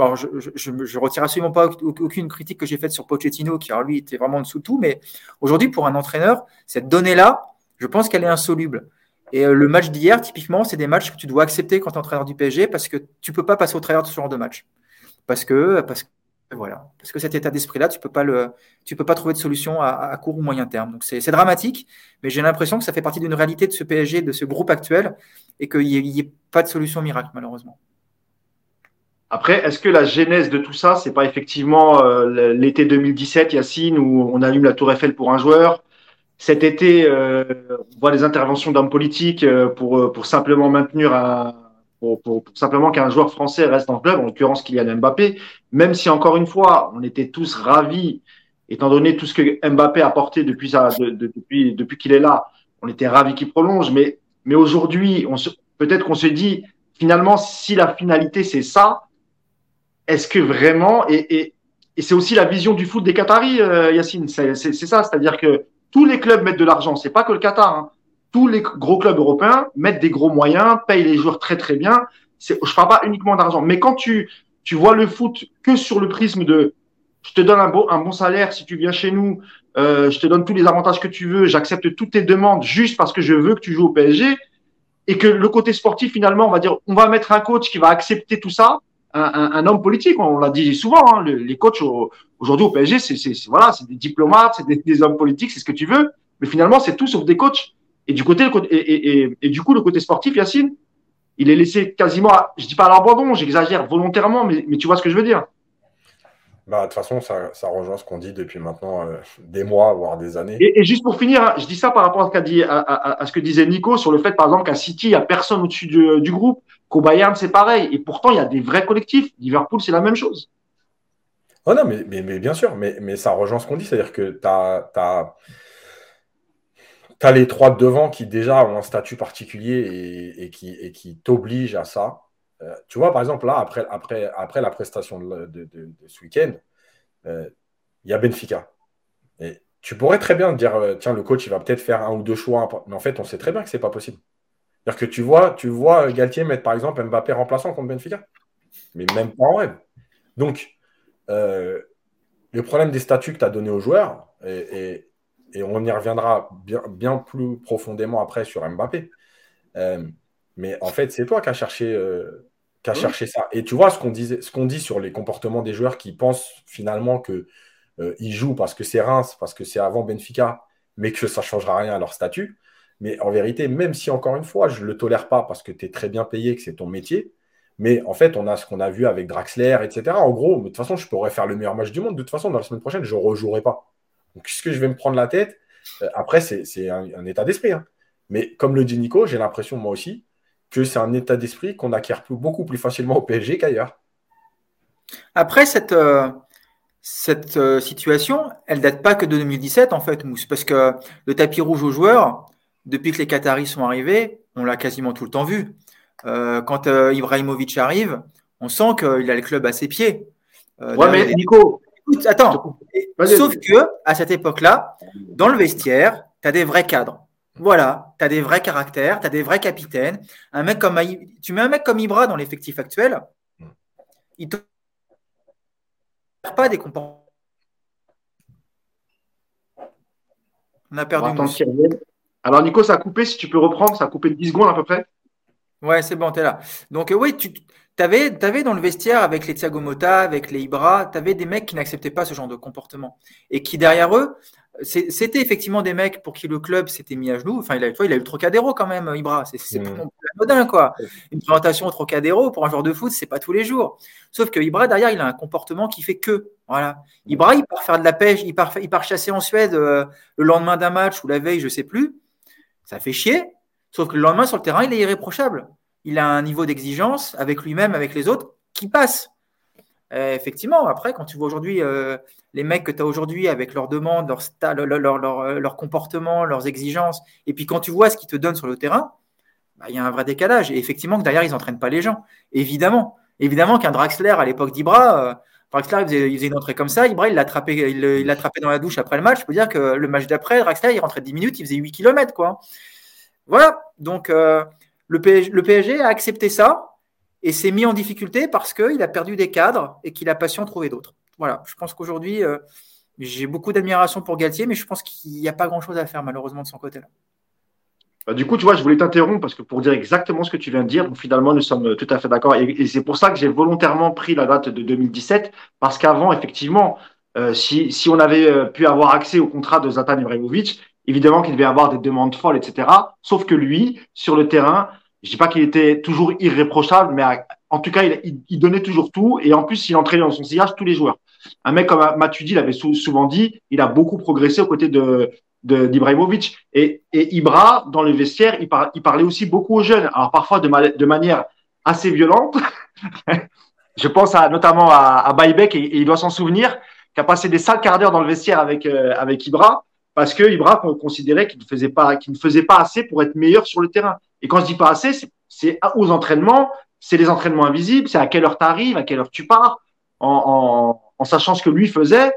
je retire absolument pas aucune critique que j'ai faite sur Pochettino, qui lui était vraiment en dessous de tout, mais aujourd'hui, pour un entraîneur, cette donnée-là, je pense qu'elle est insoluble. Et le match d'hier, typiquement, c'est des matchs que tu dois accepter quand tu es entraîneur du PSG parce que tu ne peux pas passer au travers de ce genre de match. Parce que cet état d'esprit-là, tu peux pas trouver de solution à court ou moyen terme. Donc c'est dramatique, mais j'ai l'impression que ça fait partie d'une réalité de ce PSG, de ce groupe actuel, et qu'il n'y ait pas de solution miracle, malheureusement. Après, est-ce que la genèse de tout ça, c'est pas effectivement l'été 2017, Yacine, où on allume la Tour Eiffel pour un joueur? Cet été, on voit des interventions d'hommes politiques pour simplement maintenir pour simplement qu'un joueur français reste dans le club, en l'occurrence Kylian Mbappé, même si encore une fois, on était tous ravis, étant donné tout ce que Mbappé a apporté depuis qu'il est là, on était ravis qu'il prolonge, mais aujourd'hui, peut-être qu'on se dit, finalement, si la finalité c'est ça, est-ce que vraiment, et c'est aussi la vision du foot des Qataris, Yacine, c'est ça, c'est-à-dire que tous les clubs mettent de l'argent, c'est pas que le Qatar, hein. Tous les gros clubs européens mettent des gros moyens, payent les joueurs très très bien. Je parle pas uniquement d'argent, mais quand tu vois le foot que sur le prisme de je te donne un bon salaire si tu viens chez nous, je te donne tous les avantages que tu veux, j'accepte toutes tes demandes juste parce que je veux que tu joues au PSG, et que le côté sportif finalement, on va dire, on va mettre un coach qui va accepter tout ça. un homme politique. On l'a dit souvent, hein, les coachs aujourd'hui au PSG, voilà, c'est des diplomates, c'est des hommes politiques, c'est ce que tu veux. Mais finalement, c'est tout sauf des coachs. Et du côté, du coup, le côté sportif, Yacine, il est laissé quasiment, je dis pas à l'abandon, j'exagère volontairement, mais tu vois ce que je veux dire. Bah, de toute façon, ça rejoint ce qu'on dit depuis maintenant des mois, voire des années. Et juste pour finir, hein, je dis ça par rapport à ce que disait Nico sur le fait, par exemple, qu'à City, il n'y a personne au-dessus du groupe, qu'au Bayern, c'est pareil. Et pourtant, il y a des vrais collectifs. Liverpool, c'est la même chose. Oh non, mais bien sûr, mais ça rejoint ce qu'on dit, c'est-à-dire que t'as les trois de devant qui déjà ont un statut particulier et qui t'obligent à ça. Tu vois, par exemple, là, après la prestation de ce week-end, il y a Benfica. Et tu pourrais très bien te dire, tiens, le coach, il va peut-être faire un ou deux choix, mais en fait, on sait très bien que c'est pas possible. C'est-à-dire que tu vois Galtier mettre, par exemple, Mbappé remplaçant contre Benfica. Mais même pas en rêve. Donc, le problème des statuts que tu as donné aux joueurs, et on y reviendra bien plus profondément après sur Mbappé, mais en fait, c'est toi qui as cherché ça. Et tu vois ce qu'on dit sur les comportements des joueurs qui pensent finalement que ils jouent parce que c'est Reims, parce que c'est avant Benfica, mais que ça ne changera rien à leur statut. Mais en vérité, même si encore une fois, je ne le tolère pas parce que tu es très bien payé, que c'est ton métier, mais en fait, on a ce qu'on a vu avec Draxler, etc. En gros, de toute façon, je pourrais faire le meilleur match du monde. De toute façon, dans la semaine prochaine, je ne rejouerai pas. Donc, qu'est-ce que je vais me prendre la tête? Après, c'est un état d'esprit. Hein. Mais comme le dit Nico, j'ai l'impression, moi aussi, que c'est un état d'esprit qu'on acquiert beaucoup plus facilement au PSG qu'ailleurs. Après, cette situation, elle date pas que de 2017, en fait, Mousse, parce que le tapis rouge aux joueurs, depuis que les Qataris sont arrivés, on l'a quasiment tout le temps vu. Quand Ibrahimovic arrive, on sent qu'il a le club à ses pieds. Ouais, mais Nico. Écoute, attends. Sauf que à cette époque-là, dans le vestiaire, tu as des vrais cadres. Voilà, tu as des vrais caractères, tu as des vrais capitaines. Tu mets un mec comme Ibra dans l'effectif actuel, il ne te pas des comportements. On a perdu. Alors, Nico, ça a coupé. Si tu peux reprendre, ça a coupé de 10 secondes à peu près. Ouais, c'est bon, t'es là. Donc, oui, tu avais dans le vestiaire avec les Thiago Motta, avec les Ibra, tu avais des mecs qui n'acceptaient pas ce genre de comportement. Et qui, derrière eux, c'était effectivement des mecs pour qui le club s'était mis à genoux. Enfin, il a eu le Trocadéro quand même, Ibra. C'est pas non plus anodin, quoi. Une présentation au Trocadéro pour un joueur de foot, c'est pas tous les jours. Sauf que Ibra, derrière, il a un comportement qui fait que. Voilà. Ibra, il part faire de la pêche, il part chasser en Suède le lendemain d'un match ou la veille, je sais plus. Ça fait chier. Sauf que le lendemain, sur le terrain, il est irréprochable. Il a un niveau d'exigence avec lui-même, avec les autres, qui passe. Effectivement, après, quand tu vois aujourd'hui les mecs que tu as aujourd'hui avec leurs demandes, leur comportement, leurs exigences, et puis quand tu vois ce qu'ils te donnent sur le terrain, il y a un vrai décalage. Et effectivement, que derrière, ils n'entraînent pas les gens. Évidemment qu'un Draxler, à l'époque d'Ibra, Draxler, il faisait une entrée comme ça. Ibra, il l'attrapait dans la douche après le match. Je peux dire que le match d'après, Draxler, il rentrait 10 minutes, il faisait 8 km, quoi. Voilà, donc le PSG a accepté ça et s'est mis en difficulté parce qu'il a perdu des cadres et qu'il n'a pas su en trouver d'autres. Voilà, je pense qu'aujourd'hui, j'ai beaucoup d'admiration pour Galtier, mais je pense qu'il n'y a pas grand-chose à faire malheureusement de son côté-là. Du coup, tu vois, je voulais t'interrompre parce que pour dire exactement ce que tu viens de dire, donc finalement, nous sommes tout à fait d'accord. Et c'est pour ça que j'ai volontairement pris la date de 2017 parce qu'avant, effectivement, si on avait pu avoir accès au contrat de Zlatan Ibrahimovic, évidemment qu'il devait avoir des demandes folles, etc. Sauf que lui, sur le terrain, je dis pas qu'il était toujours irréprochable, mais en tout cas, il donnait toujours tout. Et en plus, il entraînait dans son sillage tous les joueurs. Un mec comme Matuidi l'avait souvent dit, il a beaucoup progressé aux côtés d'Ibrahimovic. Et Ibra, dans le vestiaire, il parlait aussi beaucoup aux jeunes. Alors parfois de manière assez violente. Je pense notamment à Baïbek, et il doit s'en souvenir, qui a passé des sales quarts d'heure dans le vestiaire avec Ibra, parce que Ibra considérait qu'il ne faisait pas assez pour être meilleur sur le terrain. Et quand je dis pas assez, c'est aux entraînements, c'est les entraînements invisibles, c'est à quelle heure tu arrives, à quelle heure tu pars, en sachant ce que lui faisait.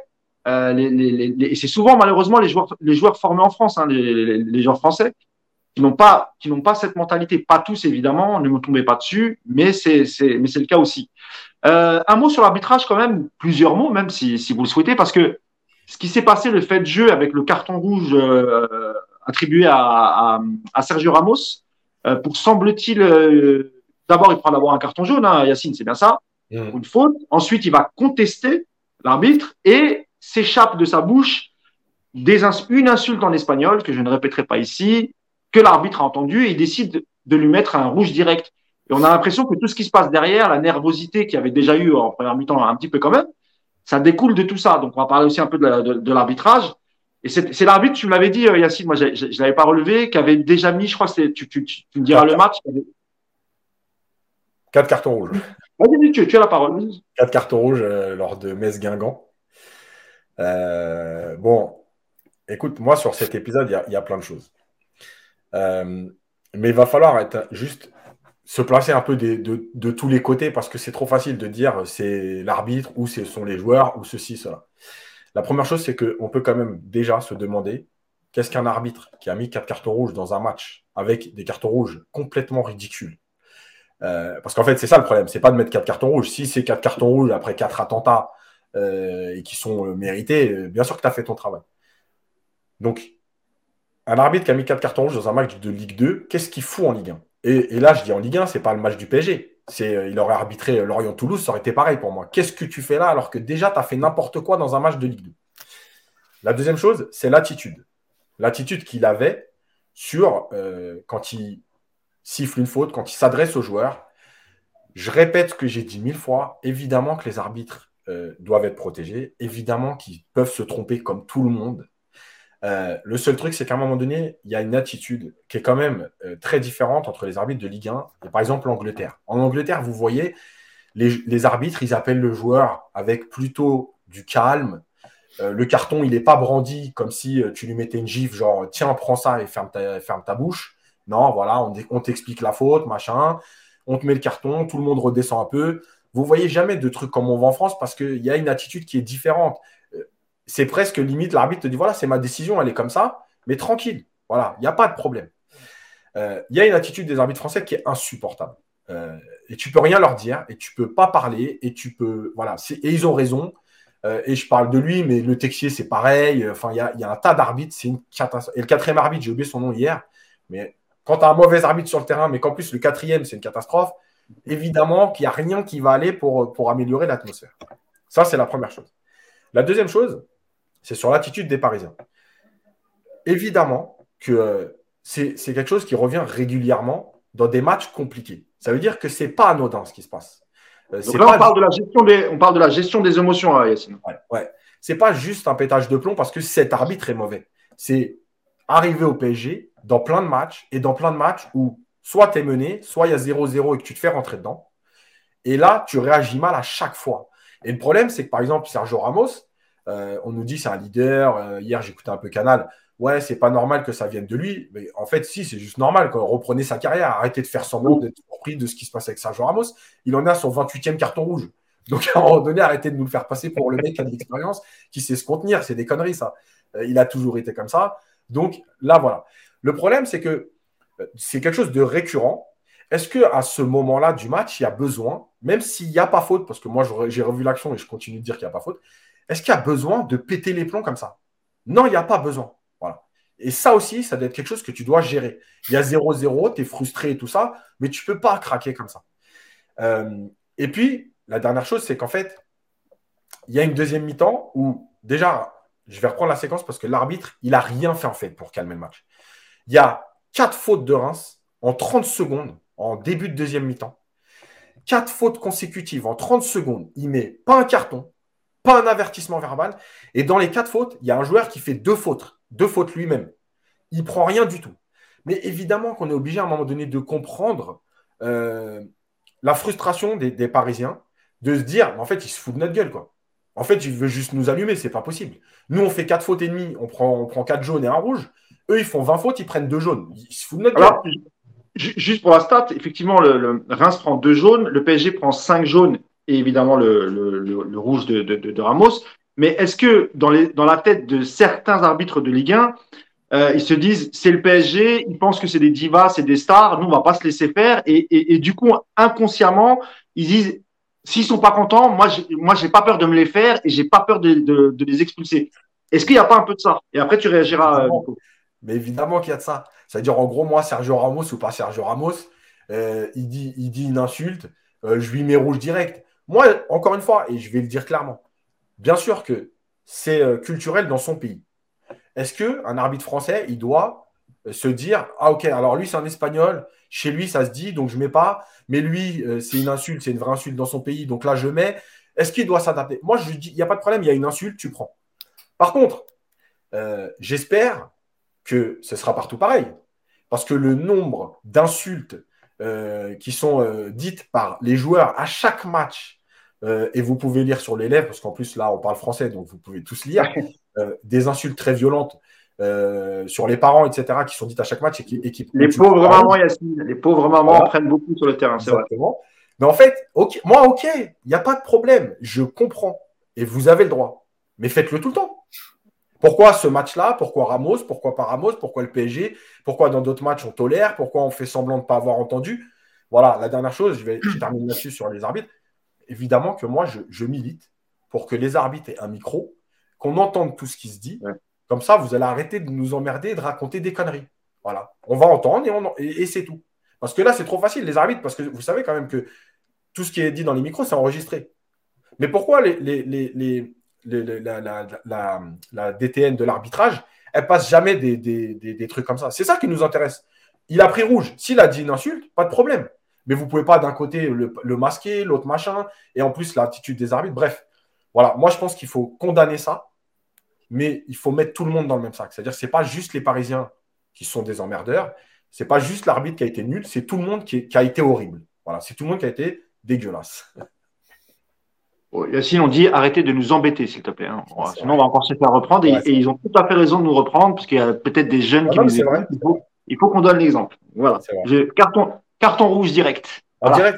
Et c'est souvent malheureusement les joueurs formés en France, hein, les joueurs français, qui n'ont pas cette mentalité. Pas tous évidemment, ne me tombez pas dessus, mais c'est le cas aussi. Un mot sur l'arbitrage quand même, plusieurs mots même si vous le souhaitez, parce que ce qui s'est passé, le fait de jeu avec le carton rouge attribué à Sergio Ramos, pour semble-t-il, d'abord il prend d'abord un carton jaune, hein, Yacine, c'est bien ça. pour une faute. Ensuite, il va contester l'arbitre et s'échappe de sa bouche une insulte en espagnol que je ne répéterai pas ici, que l'arbitre a entendu et il décide de lui mettre un rouge direct. Et on a l'impression que tout ce qui se passe derrière, la nervosité qu'il y avait déjà eu en première mi-temps un petit peu quand même, ça découle de tout ça. Donc on va parler aussi un peu de l'arbitrage. Et c'est l'arbitre, tu me l'avais dit, Yacine, moi je ne l'avais pas relevé, qui avait déjà mis, je crois que tu me diras le match. 4 cartons rouges. Vas-y, tu as la parole. 4 cartons rouges lors de Metz-Guingamp. Bon, écoute, moi sur cet épisode, il y a plein de choses. Mais il va falloir juste se placer un peu de tous les côtés parce que c'est trop facile de dire c'est l'arbitre ou ce sont les joueurs ou ceci, cela. La première chose, c'est qu'on peut quand même déjà se demander qu'est-ce qu'un arbitre qui a mis 4 cartons rouges dans un match avec des cartons rouges complètement ridicules. Parce qu'en fait, c'est ça le problème, c'est pas de mettre 4 cartons rouges. Si c'est 4 cartons rouges après 4 attentats et qui sont mérités, bien sûr que tu as fait ton travail. Donc, un arbitre qui a mis 4 cartons rouges dans un match de Ligue 2, qu'est-ce qu'il fout en Ligue 1 et là, je dis en Ligue 1, c'est pas le match du PSG. Il aurait arbitré Lorient-Toulouse, ça aurait été pareil pour moi. Qu'est-ce que tu fais là alors que déjà, tu as fait n'importe quoi dans un match de Ligue 2 ? La deuxième chose, c'est l'attitude. L'attitude qu'il avait sur quand il siffle une faute, quand il s'adresse aux joueurs. Je répète ce que j'ai dit 1000 fois. Évidemment que les arbitres doivent être protégés. Évidemment qu'ils peuvent se tromper comme tout le monde. Le seul truc, c'est qu'à un moment donné, il y a une attitude qui est quand même très différente entre les arbitres de Ligue 1 et par exemple l'Angleterre. En Angleterre, vous voyez, les arbitres, ils appellent le joueur avec plutôt du calme. Le carton, il n'est pas brandi comme si tu lui mettais une gifle, genre tiens, prends ça et ferme ta bouche. Non, voilà, on t'explique la faute, machin. On te met le carton, tout le monde redescend un peu. Vous voyez jamais de trucs comme on voit en France parce qu'il y a une attitude qui est différente. C'est presque limite, l'arbitre te dit voilà, c'est ma décision, elle est comme ça, mais tranquille, voilà, il n'y a pas de problème. Il y a une attitude des arbitres français qui est insupportable. Et tu peux rien leur dire, et tu peux pas parler, et tu peux. Voilà, et ils ont raison. Et je parle de lui, mais le Texier, c'est pareil. Enfin, il y a un tas d'arbitres, c'est une catastrophe. Et le quatrième arbitre, j'ai oublié son nom hier, mais quand tu as un mauvais arbitre sur le terrain, mais qu'en plus le quatrième, c'est une catastrophe, évidemment qu'il n'y a rien qui va aller pour améliorer l'atmosphère. Ça, c'est la première chose. La deuxième chose, c'est sur l'attitude des Parisiens. Évidemment que c'est quelque chose qui revient régulièrement dans des matchs compliqués. Ça veut dire que ce n'est pas anodin ce qui se passe. Donc là, on parle de la gestion des émotions, Yacine. Ouais. C'est pas juste un pétage de plomb parce que cet arbitre est mauvais. C'est arriver au PSG dans plein de matchs et dans plein de matchs où soit tu es mené, soit il y a 0-0 et que tu te fais rentrer dedans. Et là, tu réagis mal à chaque fois. Et le problème, c'est que par exemple, Sergio Ramos, on nous dit c'est un leader. Hier, j'écoutais un peu Canal. Ouais, c'est pas normal que ça vienne de lui. Mais en fait, si, c'est juste normal. Quand reprenez sa carrière, arrêtez de faire semblant d'être surpris de ce qui se passe avec Sergio Ramos. Il en a son 28e carton rouge. Donc, à un moment donné, arrêtez de nous le faire passer pour le mec qui a de l'expérience, qui sait se contenir. C'est des conneries, ça. Il a toujours été comme ça. Donc, là, voilà. Le problème, c'est que c'est quelque chose de récurrent. Est-ce qu'à ce moment-là du match, il y a besoin, même s'il n'y a pas faute, parce que moi, j'ai revu l'action et je continue de dire qu'il n'y a pas faute, est-ce qu'il y a besoin de péter les plombs comme ça? Non, il n'y a pas besoin. Voilà. Et ça aussi, ça doit être quelque chose que tu dois gérer. Il y a 0-0, tu es frustré et tout ça, mais tu ne peux pas craquer comme ça. Et puis, la dernière chose, c'est qu'en fait, il y a une deuxième mi-temps où, déjà, je vais reprendre la séquence parce que l'arbitre, il n'a rien fait en fait pour calmer le match. Il y a 4 fautes de Reims en 30 secondes en début de deuxième mi-temps. 4 fautes consécutives en 30 secondes. Il ne met pas un carton, pas un avertissement verbal. Et dans les 4 fautes, il y a un joueur qui fait 2 fautes. 2 fautes lui-même. Il ne prend rien du tout. Mais évidemment qu'on est obligé à un moment donné de comprendre la frustration des Parisiens, de se dire, en fait, il se fout de notre gueule, quoi. En fait, il veut juste nous allumer, c'est pas possible. Nous, on fait 4 fautes et demie, on prend 4 jaunes et un rouge. Eux, ils font 20 fautes, ils prennent 2 jaunes. Ils se foutent de notre gueule. Alors, juste pour la stat, effectivement, le Reims prend 2 jaunes, le PSG prend 5 jaunes et évidemment le rouge de Ramos. Mais est-ce que dans la tête de certains arbitres de Ligue 1, ils se disent c'est le PSG, ils pensent que c'est des divas, c'est des stars, nous on va pas se laisser faire et du coup inconsciemment ils disent s'ils sont pas contents, moi j'ai pas peur de me les faire et j'ai pas peur de les expulser. Est-ce qu'il n'y a pas un peu de ça? Et après tu réagiras. Mais évidemment qu'il y a de ça. C'est-à-dire, en gros, moi, Sergio Ramos ou pas Sergio Ramos, il dit une insulte, je lui mets rouge direct. Moi, encore une fois, et je vais le dire clairement, bien sûr que c'est culturel dans son pays. Est-ce qu'un arbitre français, il doit se dire, ah ok, alors lui c'est un Espagnol, chez lui ça se dit, donc je ne mets pas, mais lui c'est une insulte, c'est une vraie insulte dans son pays, donc là je mets. Est-ce qu'il doit s'adapter? Moi je dis, il n'y a pas de problème, il y a une insulte, tu prends. Par contre, j'espère que ce sera partout pareil, parce que le nombre d'insultes qui sont dites par les joueurs à chaque match, et vous pouvez lire sur les lèvres, parce qu'en plus là on parle français, donc vous pouvez tous lire, des insultes très violentes sur les parents, etc., qui sont dites à chaque match et qui Les pauvres mamans, Yacine, les pauvres mamans prennent beaucoup sur le terrain, c'est vrai. Exactement. Mais en fait, moi, ok, il n'y a pas de problème, je comprends, et vous avez le droit, mais faites-le tout le temps. Pourquoi ce match-là? Pourquoi Ramos? Pourquoi pas Ramos? Pourquoi le PSG? Pourquoi dans d'autres matchs on tolère? Pourquoi on fait semblant de ne pas avoir entendu? Voilà, la dernière chose, je termine là-dessus sur les arbitres. Évidemment que moi, je milite pour que les arbitres aient un micro, qu'on entende tout ce qui se dit. Ouais. Comme ça, vous allez arrêter de nous emmerder et de raconter des conneries. Voilà, on va entendre et c'est tout. Parce que là, c'est trop facile, les arbitres, parce que vous savez quand même que tout ce qui est dit dans les micros, c'est enregistré. Mais pourquoi la DTN de l'arbitrage, elle passe jamais des trucs comme ça? C'est ça qui nous intéresse. Il a pris rouge. S'il a dit une insulte, pas de problème. Mais vous ne pouvez pas d'un côté le masquer, l'autre machin, et en plus l'attitude des arbitres. Bref, voilà. Moi, je pense qu'il faut condamner ça, mais il faut mettre tout le monde dans le même sac. C'est-à-dire que ce n'est pas juste les Parisiens qui sont des emmerdeurs, ce n'est pas juste l'arbitre qui a été nul, c'est tout le monde qui a été horrible. Voilà, c'est tout le monde qui a été dégueulasse. Yacine, on dit arrêtez de nous embêter, s'il te plaît. Hein. Sinon, on va encore se faire reprendre. Et ils ont tout à fait raison de nous reprendre, parce qu'il y a peut-être des jeunes qui nous écoutent. Il faut qu'on donne l'exemple. Voilà. Carton rouge direct. En direct.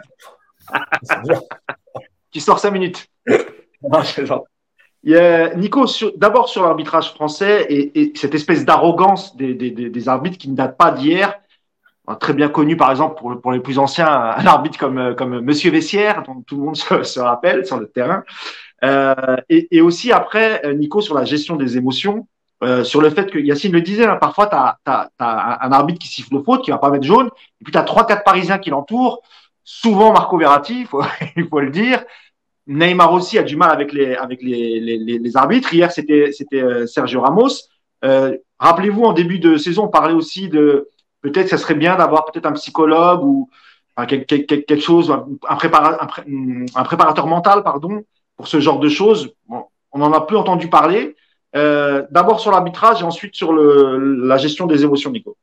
Tu sors 5 minutes. Non, Nico, d'abord sur l'arbitrage français et cette espèce d'arrogance des arbitres qui ne date pas d'hier. Très bien connu, par exemple, pour les plus anciens, un arbitre comme Monsieur Vessière, dont tout le monde se rappelle sur le terrain. Et aussi après, Nico, sur la gestion des émotions, sur le fait que Yacine le disait, hein, parfois, tu as un arbitre qui siffle faute, qui va pas mettre jaune, et puis tu as 3-4 Parisiens qui l'entourent, souvent Marco Verratti, il faut le dire. Neymar aussi a du mal avec les arbitres. Hier, c'était Sergio Ramos. Rappelez-vous, en début de saison, on parlait aussi de peut-être que ça serait bien d'avoir peut-être un psychologue ou quelque chose, un préparateur mental, pardon, pour ce genre de choses. Bon, on n'en a plus entendu parler. D'abord sur l'arbitrage et ensuite sur la gestion des émotions, Nico.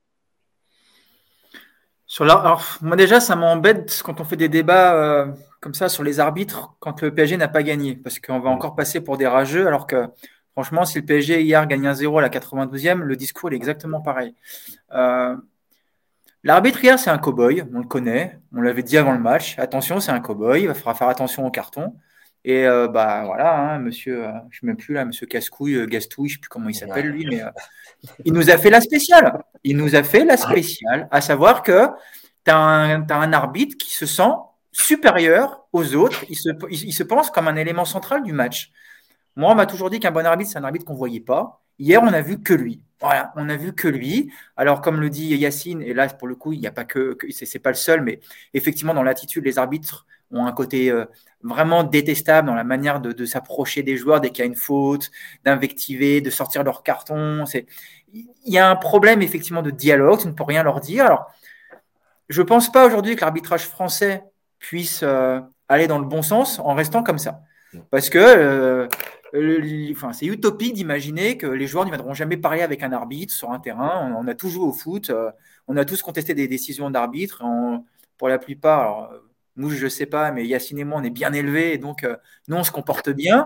Alors, moi déjà, ça m'embête quand on fait des débats comme ça sur les arbitres quand le PSG n'a pas gagné, parce qu'on va encore passer pour des rageux, alors que franchement, si le PSG hier gagne 1-0 à la 92e, le discours est exactement pareil. L'arbitre hier, c'est un cow-boy, on le connaît, on l'avait dit avant le match. Attention, c'est un cow-boy, il va falloir faire attention au carton. Et voilà, hein, monsieur, je ne sais même plus là, monsieur Casse-couille, Gastouille, je ne sais plus comment il s'appelle lui, mais il nous a fait la spéciale. Il nous a fait la spéciale, à savoir que tu as un arbitre qui se sent supérieur aux autres, il se pense comme un élément central du match. Moi, on m'a toujours dit qu'un bon arbitre, c'est un arbitre qu'on ne voyait pas. Hier, on n'a vu que lui. Voilà, on n'a vu que lui. Alors, comme le dit Yacine, et là, pour le coup, il n'y a pas que c'est pas le seul, mais effectivement, dans l'attitude, les arbitres ont un côté vraiment détestable dans la manière de s'approcher des joueurs dès qu'il y a une faute, d'invectiver, de sortir leur carton. Il y a un problème, effectivement, de dialogue. Tu ne peux rien leur dire. Alors, je ne pense pas aujourd'hui que l'arbitrage français puisse aller dans le bon sens en restant comme ça. Parce que c'est utopique d'imaginer que les joueurs ne viendront jamais parler avec un arbitre sur un terrain. On a tous joué au foot, on a tous contesté des décisions d'arbitre. Pour la plupart, alors, nous, je ne sais pas, mais Yacine et moi, on est bien élevés, et donc nous, on se comporte bien.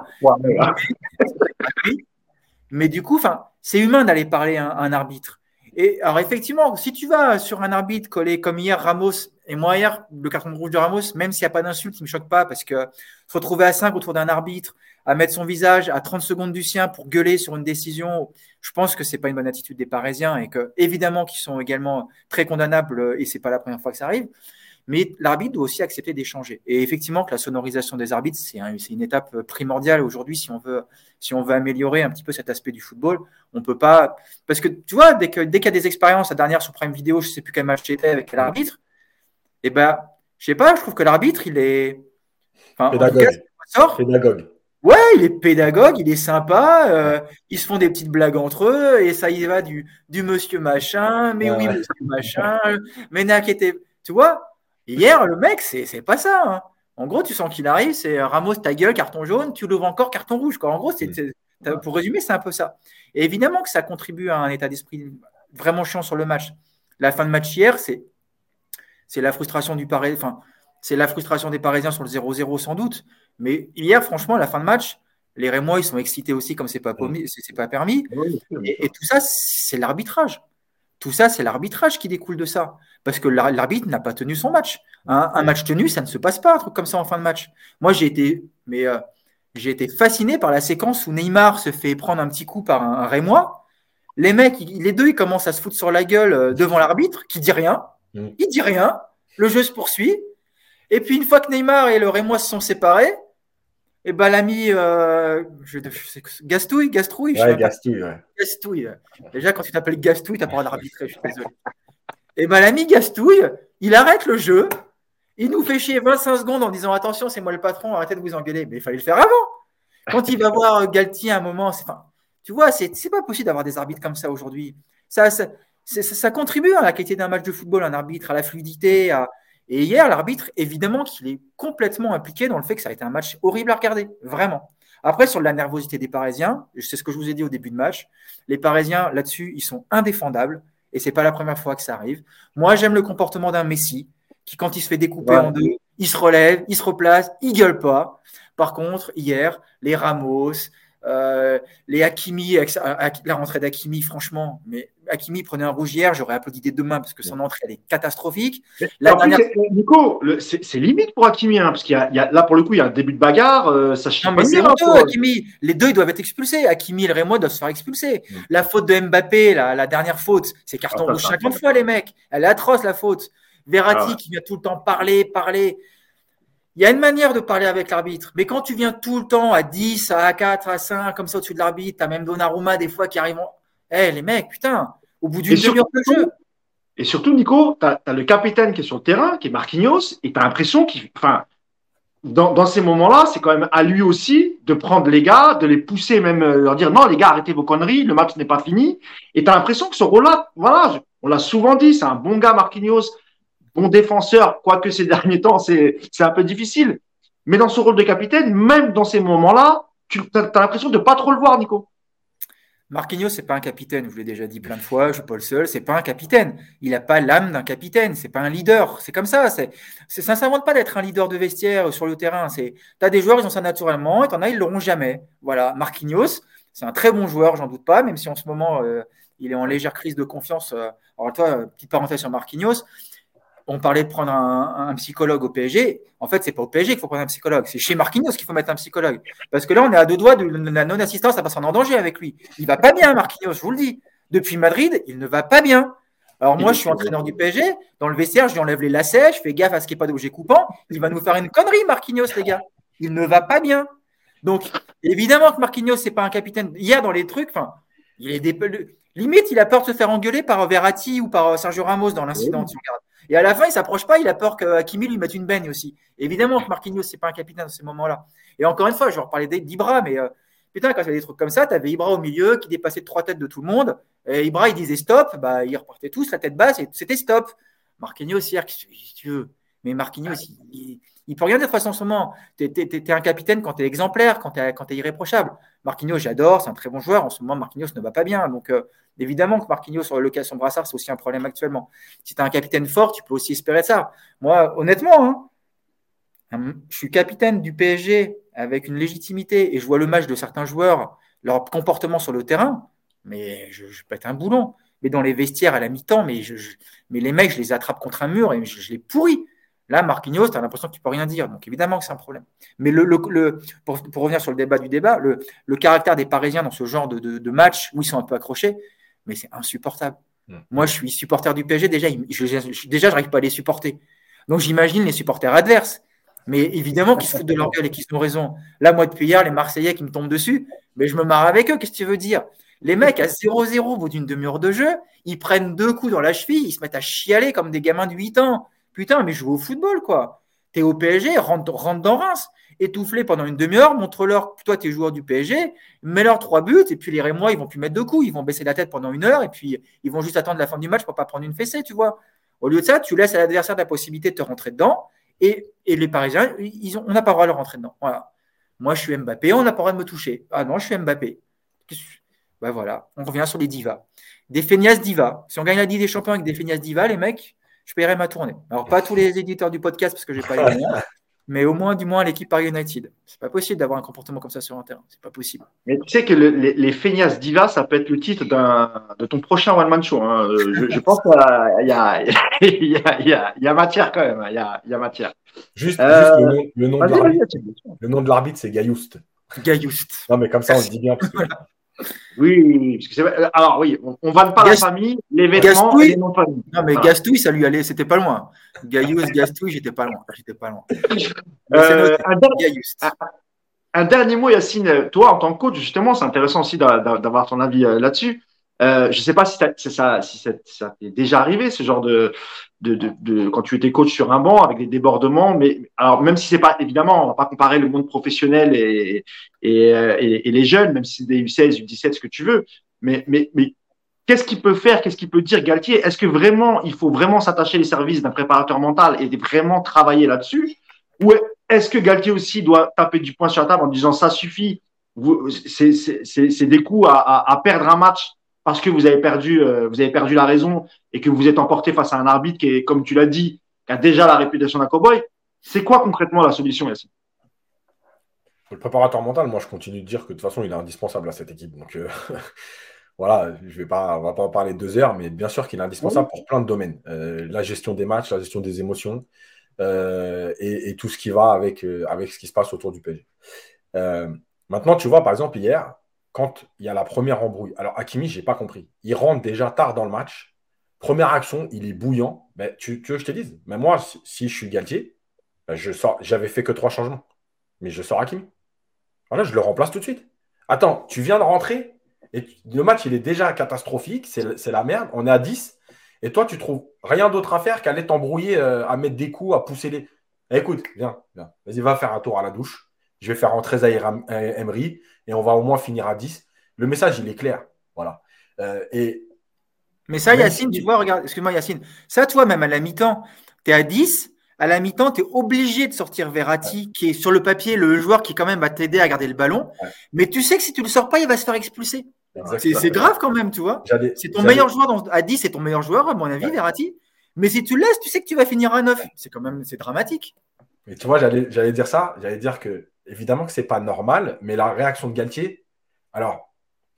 Mais du coup, c'est humain d'aller parler à un arbitre. Et alors, effectivement, si tu vas sur un arbitre collé comme hier, Ramos, et moi, hier, le carton rouge de Ramos, même s'il n'y a pas d'insulte, il ne me choque pas parce que se retrouver à 5 autour d'un arbitre, à mettre son visage à 30 secondes du sien pour gueuler sur une décision, je pense que ce n'est pas une bonne attitude des Parisiens et que, évidemment, qu'ils sont également très condamnables et ce n'est pas la première fois que ça arrive. Mais l'arbitre doit aussi accepter d'échanger. Et effectivement, que la sonorisation des arbitres, c'est une étape primordiale aujourd'hui si on veut améliorer un petit peu cet aspect du football. On peut pas. Parce que tu vois, dès qu'il y a des expériences, la dernière sur Prime Video, je ne sais plus quel match c'était avec l'arbitre, je sais pas, je trouve que l'arbitre, il est Enfin, en tout cas, Pédagogue. Pédagogue. ouais, il est pédagogue, il est sympa, ils se font des petites blagues entre eux, et ça y va du monsieur machin, mais oui, Ouais. monsieur machin, mais n'inquiétez, tu vois, hier, le mec, c'est pas ça, hein. En gros, tu sens qu'il arrive, c'est Ramos, ta gueule, carton jaune, tu l'ouvres encore, carton rouge, quoi. En gros, pour résumer, c'est un peu ça. Et évidemment que ça contribue à un état d'esprit vraiment chiant sur le match. La fin de match hier, c'est la frustration du Paris, enfin, c'est la frustration des Parisiens sur le 0-0 sans doute. Mais hier, franchement, à la fin de match, les Rémois, ils sont excités aussi comme c'est pas permis. Oui, bien sûr. Et tout ça, c'est l'arbitrage. Tout ça, c'est l'arbitrage qui découle de ça. Parce que l'arbitre n'a pas tenu son match. Un match tenu, ça ne se passe pas, un truc comme ça en fin de match. Moi, j'ai été fasciné par la séquence où Neymar se fait prendre un petit coup par un Rémois. Les mecs, les deux, ils commencent à se foutre sur la gueule devant l'arbitre, qui dit rien. Mm. Il dit rien. Le jeu se poursuit. Et puis, une fois que Neymar et le Rémois se sont séparés, et ben l'ami Gastouille, je sais Ouais, même pas. Gastouille, ouais. Gastouille. Déjà, quand tu t'appelles Gastouille, t'as pas le droit d'arbitrer, je suis désolé. Et ben l'ami Gastouille, il arrête le jeu, il nous fait chier 25 secondes en disant attention, c'est moi le patron, arrêtez de vous engueuler. Mais il fallait le faire avant. Quand il va voir Galtier à un moment, tu vois, c'est pas possible d'avoir des arbitres comme ça aujourd'hui. Ça contribue à la qualité d'un match de football, un arbitre, à la fluidité. Et hier, l'arbitre, évidemment qu'il est complètement impliqué dans le fait que ça a été un match horrible à regarder, vraiment. Après, sur la nervosité des Parisiens, c'est ce que je vous ai dit au début de match, les Parisiens, là-dessus, ils sont indéfendables, et c'est pas la première fois que ça arrive. Moi, j'aime le comportement d'un Messi, qui, quand il se fait découper en deux, il se relève, il se replace, il gueule pas. Par contre, hier, les Ramos, les Hakimi, la rentrée d'Hakimi, franchement, mais Hakimi prenait un rouge hier, j'aurais applaudi dès demain parce que son entrée, elle est catastrophique. Nico, c'est limite pour Hakimi, hein, parce là, pour le coup, il y a un début de bagarre, ça chie non, mais pas c'est bien. honteux, Hakimi. Les deux, ils doivent être expulsés. Hakimi et le Rémois doivent se faire expulser. La faute de Mbappé, la dernière faute, c'est carton rouge 50 fois, les mecs. Elle est atroce, la faute. Verratti qui vient tout le temps parler. Il y a une manière de parler avec l'arbitre. Mais quand tu viens tout le temps à 10, à 4, à 5, comme ça au-dessus de l'arbitre, t'as même Donnarumma des fois qui arrivent. Les mecs, putain, au bout d'une demi-heure de jeu. Et surtout, Nico, t'as le capitaine qui est sur le terrain, qui est Marquinhos, et t'as l'impression qu'il. Enfin, dans ces moments-là, c'est quand même à lui aussi de prendre les gars, de les pousser, même leur dire non, les gars, arrêtez vos conneries, le match n'est pas fini. Et t'as l'impression que ce rôle-là, voilà, on l'a souvent dit, c'est un bon gars, Marquinhos, bon défenseur, quoique ces derniers temps, c'est un peu difficile. Mais dans ce rôle de capitaine, même dans ces moments-là, tu as l'impression de pas trop le voir, Nico. Marquinhos, c'est pas un capitaine, je vous l'ai déjà dit plein de fois, je suis pas le seul, c'est pas un capitaine. Il n'a pas l'âme d'un capitaine, c'est pas un leader, c'est comme ça. Ça ne s'invente pas d'être un leader de vestiaire sur le terrain. Tu as des joueurs, ils ont ça naturellement, et tu en as, ils l'auront jamais. Voilà, Marquinhos, c'est un très bon joueur, j'en doute pas, même si en ce moment, il est en légère crise de confiance. Alors toi, petite parenthèse sur Marquinhos, on parlait de prendre un psychologue au PSG. En fait, c'est pas au PSG qu'il faut prendre un psychologue. C'est chez Marquinhos qu'il faut mettre un psychologue. Parce que là, on est à deux doigts de la non-assistance, ça passe en danger avec lui. Il va pas bien, Marquinhos, je vous le dis. Depuis Madrid, il ne va pas bien. Alors moi, je suis entraîneur du PSG. Dans le vestiaire, je lui enlève les lacets, je fais gaffe à ce qu'il n'y ait pas d'objet coupant. Il va nous faire une connerie, Marquinhos, les gars. Il ne va pas bien. Donc, évidemment que Marquinhos, c'est pas un capitaine. Hier, dans les trucs, il est limite, il a peur de se faire engueuler par Verratti ou par Sergio Ramos dans l'incident. Tu regardes. Et à la fin, il ne s'approche pas, il a peur qu'Hakimi lui mette une baigne aussi. Évidemment que Marquinhos, ce n'est pas un capitaine dans ces moments-là. Et encore une fois, je vais reparler d'Ibra, mais putain, quand il y avait des trucs comme ça, tu avais Ibra au milieu qui dépassait de 3 têtes de tout le monde. Et Ibra, il disait stop, ils repartaient tous la tête basse et c'était stop. Marquinhos, hier, si tu veux. Mais Marquinhos, il peut rien dire de toute façon en ce moment. Tu es un capitaine quand tu es exemplaire, quand tu es irréprochable. Marquinhos, j'adore, c'est un très bon joueur. En ce moment, Marquinhos ne va pas bien. Donc, évidemment que Marquinhos, sur le cas de son brassard, c'est aussi un problème actuellement. Si tu as un capitaine fort, tu peux aussi espérer ça. Moi, honnêtement, je suis capitaine du PSG avec une légitimité et je vois le match de certains joueurs, leur comportement sur le terrain, mais je pète un boulon. Mais dans les vestiaires à la mi-temps, mais les mecs, je les attrape contre un mur et je les pourris. Là, Marquinhos, tu as l'impression que tu peux rien dire. Donc, évidemment que c'est un problème. Mais pour revenir sur le débat du débat, le caractère des Parisiens dans ce genre de match où ils sont un peu accrochés, mais c'est insupportable. Moi, je suis supporter du PSG. Déjà, je n'arrive pas à les supporter. Donc, j'imagine les supporters adverses. Mais évidemment qu'ils se foutent de leur gueule et qu'ils ont raison. Là, moi, depuis hier, les Marseillais qui me tombent dessus, mais je me marre avec eux. Qu'est-ce que tu veux dire? Les mecs, à 0-0 au bout d'une demi-heure de jeu, ils prennent 2 coups dans la cheville, ils se mettent à chialer comme des gamins de 8 ans. Putain, mais je joue au football, quoi. Tu es au PSG, rentre dans Reims, étoufflé pendant une demi-heure, montre-leur que toi, tu es joueur du PSG, mets-leur 3 buts, et puis les Rémois, ils vont plus mettre de coups, ils vont baisser la tête pendant une heure, et puis ils vont juste attendre la fin du match pour pas prendre une fessée, tu vois. Au lieu de ça, tu laisses à l'adversaire la possibilité de te rentrer dedans, et les Parisiens, on n'a pas le droit de leur rentrer dedans. Voilà. Moi, je suis Mbappé, on n'a pas le droit de me toucher. Ah non, je suis Mbappé. Ben voilà, on revient sur les divas. Des feignasses divas. Si on gagne la Ligue des Champions avec des feignasses divas, les mecs, je paierai ma tournée. Alors, pas tous les éditeurs du podcast parce que je n'ai pas les moyens, mais au moins, du moins, l'équipe Paris United. C'est pas possible d'avoir un comportement comme ça sur un terrain. C'est pas possible. Mais tu sais que les feignasses divas, ça peut être le titre de ton prochain one-man show. Hein. Je pense qu'il y a matière quand même. Il y a matière. Juste le nom de l'arbitre. Le nom de l'arbitre, c'est Gayoust. Gayoust. Non, mais comme ça, on le dit bien. Parce que... Oui, parce que alors oui, on ne vanne pas la famille, les vêtements et les noms de famille. Non, mais voilà. Gastouille, ça lui allait, c'était pas loin. Gayoust, Gastouille, j'étais pas loin. Un dernier mot, Yacine. Toi, en tant que coach, justement, c'est intéressant aussi d'avoir ton avis là-dessus. Je ne sais pas si ça t'est déjà arrivé, ce genre de quand tu étais coach sur un banc avec des débordements. Mais alors, même si c'est pas, évidemment, on va pas comparer le monde professionnel et les jeunes, même si c'est des U16, U17, ce que tu veux. Mais qu'est-ce qu'il peut faire? Qu'est-ce qu'il peut dire, Galtier? Est-ce que vraiment, il faut vraiment s'attacher les services d'un préparateur mental et vraiment travailler là-dessus? Ou est-ce que Galtier aussi doit taper du poing sur la table en disant ça suffit? C'est des coups à perdre un match parce que vous avez perdu la raison et que vous êtes emporté face à un arbitre qui est, comme tu l'as dit, qui a déjà la réputation d'un cow-boy. C'est quoi concrètement la solution, Yacine? Le préparateur mental, moi, je continue de dire que de toute façon, il est indispensable à cette équipe. Donc, voilà, on va pas en parler 2 heures, mais bien sûr qu'il est indispensable pour plein de domaines. La gestion des matchs, la gestion des émotions et tout ce qui va avec ce qui se passe autour du PSG. Maintenant, tu vois, par exemple, hier, quand il y a la première embrouille, alors Hakimi, je n'ai pas compris. Il rentre déjà tard dans le match. Première action, il est bouillant. Ben, tu veux que je te dise? Mais moi, si je suis Galtier, ben, j'avais fait que 3 changements. Mais je sors Hakimi. Voilà, je le remplace tout de suite. Attends, tu viens de rentrer et le match, il est déjà catastrophique. C'est la merde. On est à 10. Et toi, tu trouves rien d'autre à faire qu'aller t'embrouiller, à mettre des coups, à pousser les… Écoute, viens. Vas-y, va faire un tour à la douche. Je vais faire rentrer Zaïre Emery et on va au moins finir à 10. Le message, il est clair. Voilà. Mais ça, Yacine, tu vois, regarde, excuse-moi, Yacine. Ça, toi, même à la mi-temps, tu es à 10. À la mi-temps, tu es obligé de sortir Verratti, qui est sur le papier le joueur qui, quand même, va t'aider à garder le ballon. Ouais. Mais tu sais que si tu ne le sors pas, il va se faire expulser. C'est grave quand même, tu vois. C'est ton meilleur joueur à 10, c'est ton meilleur joueur, à mon avis, Verratti. Mais si tu le laisses, tu sais que tu vas finir à 9. C'est dramatique. Mais tu vois, j'allais dire ça. J'allais dire que, évidemment, que ce n'est pas normal, mais la réaction de Galtier, alors,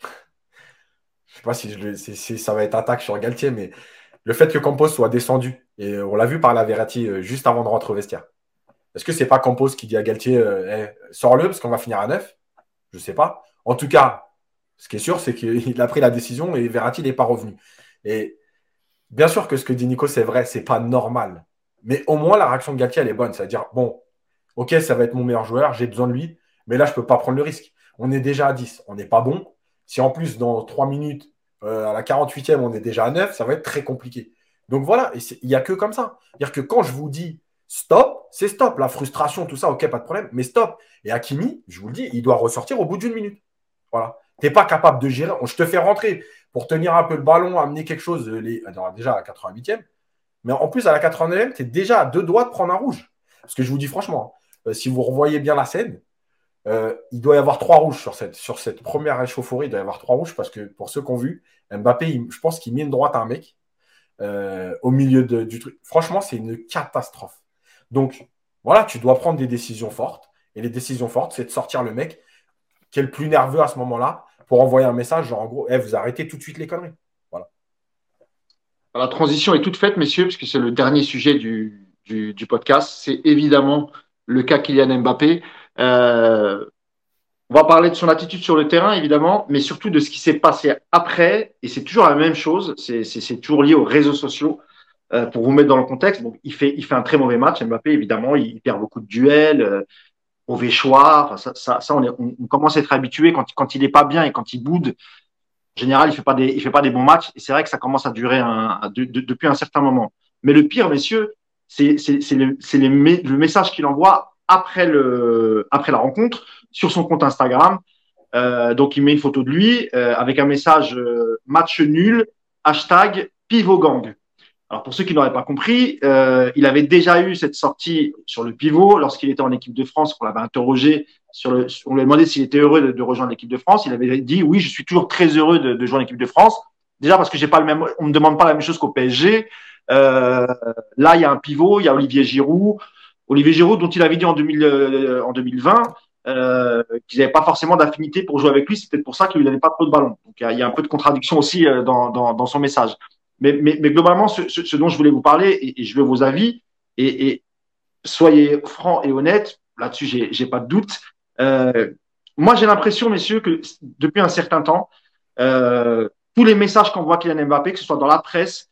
je ne sais pas si ça va être attaque sur Galtier, mais le fait que Campos soit descendu, et on l'a vu par la Verratti juste avant de rentrer au vestiaire. Est-ce que ce n'est pas Campos qui dit à Galtier sors-le parce qu'on va finir à 9? Je ne sais pas. En tout cas, ce qui est sûr, c'est qu'il a pris la décision et Verratti n'est pas revenu. Et bien sûr que ce que dit Nico, c'est vrai, ce n'est pas normal. Mais au moins, la réaction de Galtier, elle est bonne. C'est-à-dire, bon, ok, ça va être mon meilleur joueur, j'ai besoin de lui, mais là, je ne peux pas prendre le risque. On est déjà à 10, on n'est pas bon. Si en plus, dans 3 minutes, à la 48e, on est déjà à 9, ça va être très compliqué. Donc voilà, il n'y a que comme ça. C'est-à-dire que quand je vous dis stop, c'est stop. La frustration, tout ça, ok, pas de problème, mais stop. Et Hakimi, je vous le dis, il doit ressortir au bout d'1 minute. Voilà. Tu n'es pas capable de gérer. Je te fais rentrer pour tenir un peu le ballon, amener quelque chose, déjà à la 88e. Mais en plus, à la 89e, tu es déjà à 2 doigts de prendre un rouge. Parce que je vous dis franchement, si vous revoyez bien la scène, il doit y avoir 3 rouges sur cette première échauffourée. Il doit y avoir 3 rouges parce que pour ceux qui ont vu, Mbappé, je pense qu'il met une droite à un mec au milieu du truc. Franchement, c'est une catastrophe. Donc, voilà, tu dois prendre des décisions fortes. Et les décisions fortes, c'est de sortir le mec qui est le plus nerveux à ce moment-là pour envoyer un message genre en gros, vous arrêtez tout de suite les conneries. Voilà. La transition est toute faite, messieurs, parce que c'est le dernier sujet du podcast. C'est évidemment le cas Kylian Mbappé. On va parler de son attitude sur le terrain, évidemment, mais surtout de ce qui s'est passé après. Et c'est toujours la même chose. C'est toujours lié aux réseaux sociaux. Pour vous mettre dans le contexte, bon, il fait un très mauvais match, Mbappé, évidemment. Il perd beaucoup de duels, mauvais choix. Enfin, ça on commence à être habitué quand il n'est pas bien et quand il boude. En général, il fait pas des bons matchs. Et c'est vrai que ça commence à durer depuis un certain moment. Mais le pire, messieurs, le message qu'il envoie après la rencontre sur son compte Instagram. Donc, il met une photo de lui avec un message match nul, hashtag pivot gang. Alors, pour ceux qui n'auraient pas compris, il avait déjà eu cette sortie sur le pivot lorsqu'il était en équipe de France, qu'on l'avait interrogé on lui a demandé s'il était heureux de rejoindre l'équipe de France. Il avait dit oui, je suis toujours très heureux de rejoindre l'équipe de France. Déjà parce que on me demande pas la même chose qu'au PSG. Là, il y a un pivot, il y a Olivier Giroud. Olivier Giroud, dont il avait dit en 2020 qu'ils n'avaient pas forcément d'affinité pour jouer avec lui. C'est peut-être pour ça qu'il n'avait pas trop de ballon. Donc, il y a un peu de contradiction aussi dans son message. Mais globalement, ce dont je voulais vous parler, et je veux vos avis, et soyez francs et honnêtes, là-dessus, j'ai pas de doute. Moi, j'ai l'impression, messieurs, que depuis un certain temps, tous les messages qu'envoie Kylian Mbappé, que ce soit dans la presse,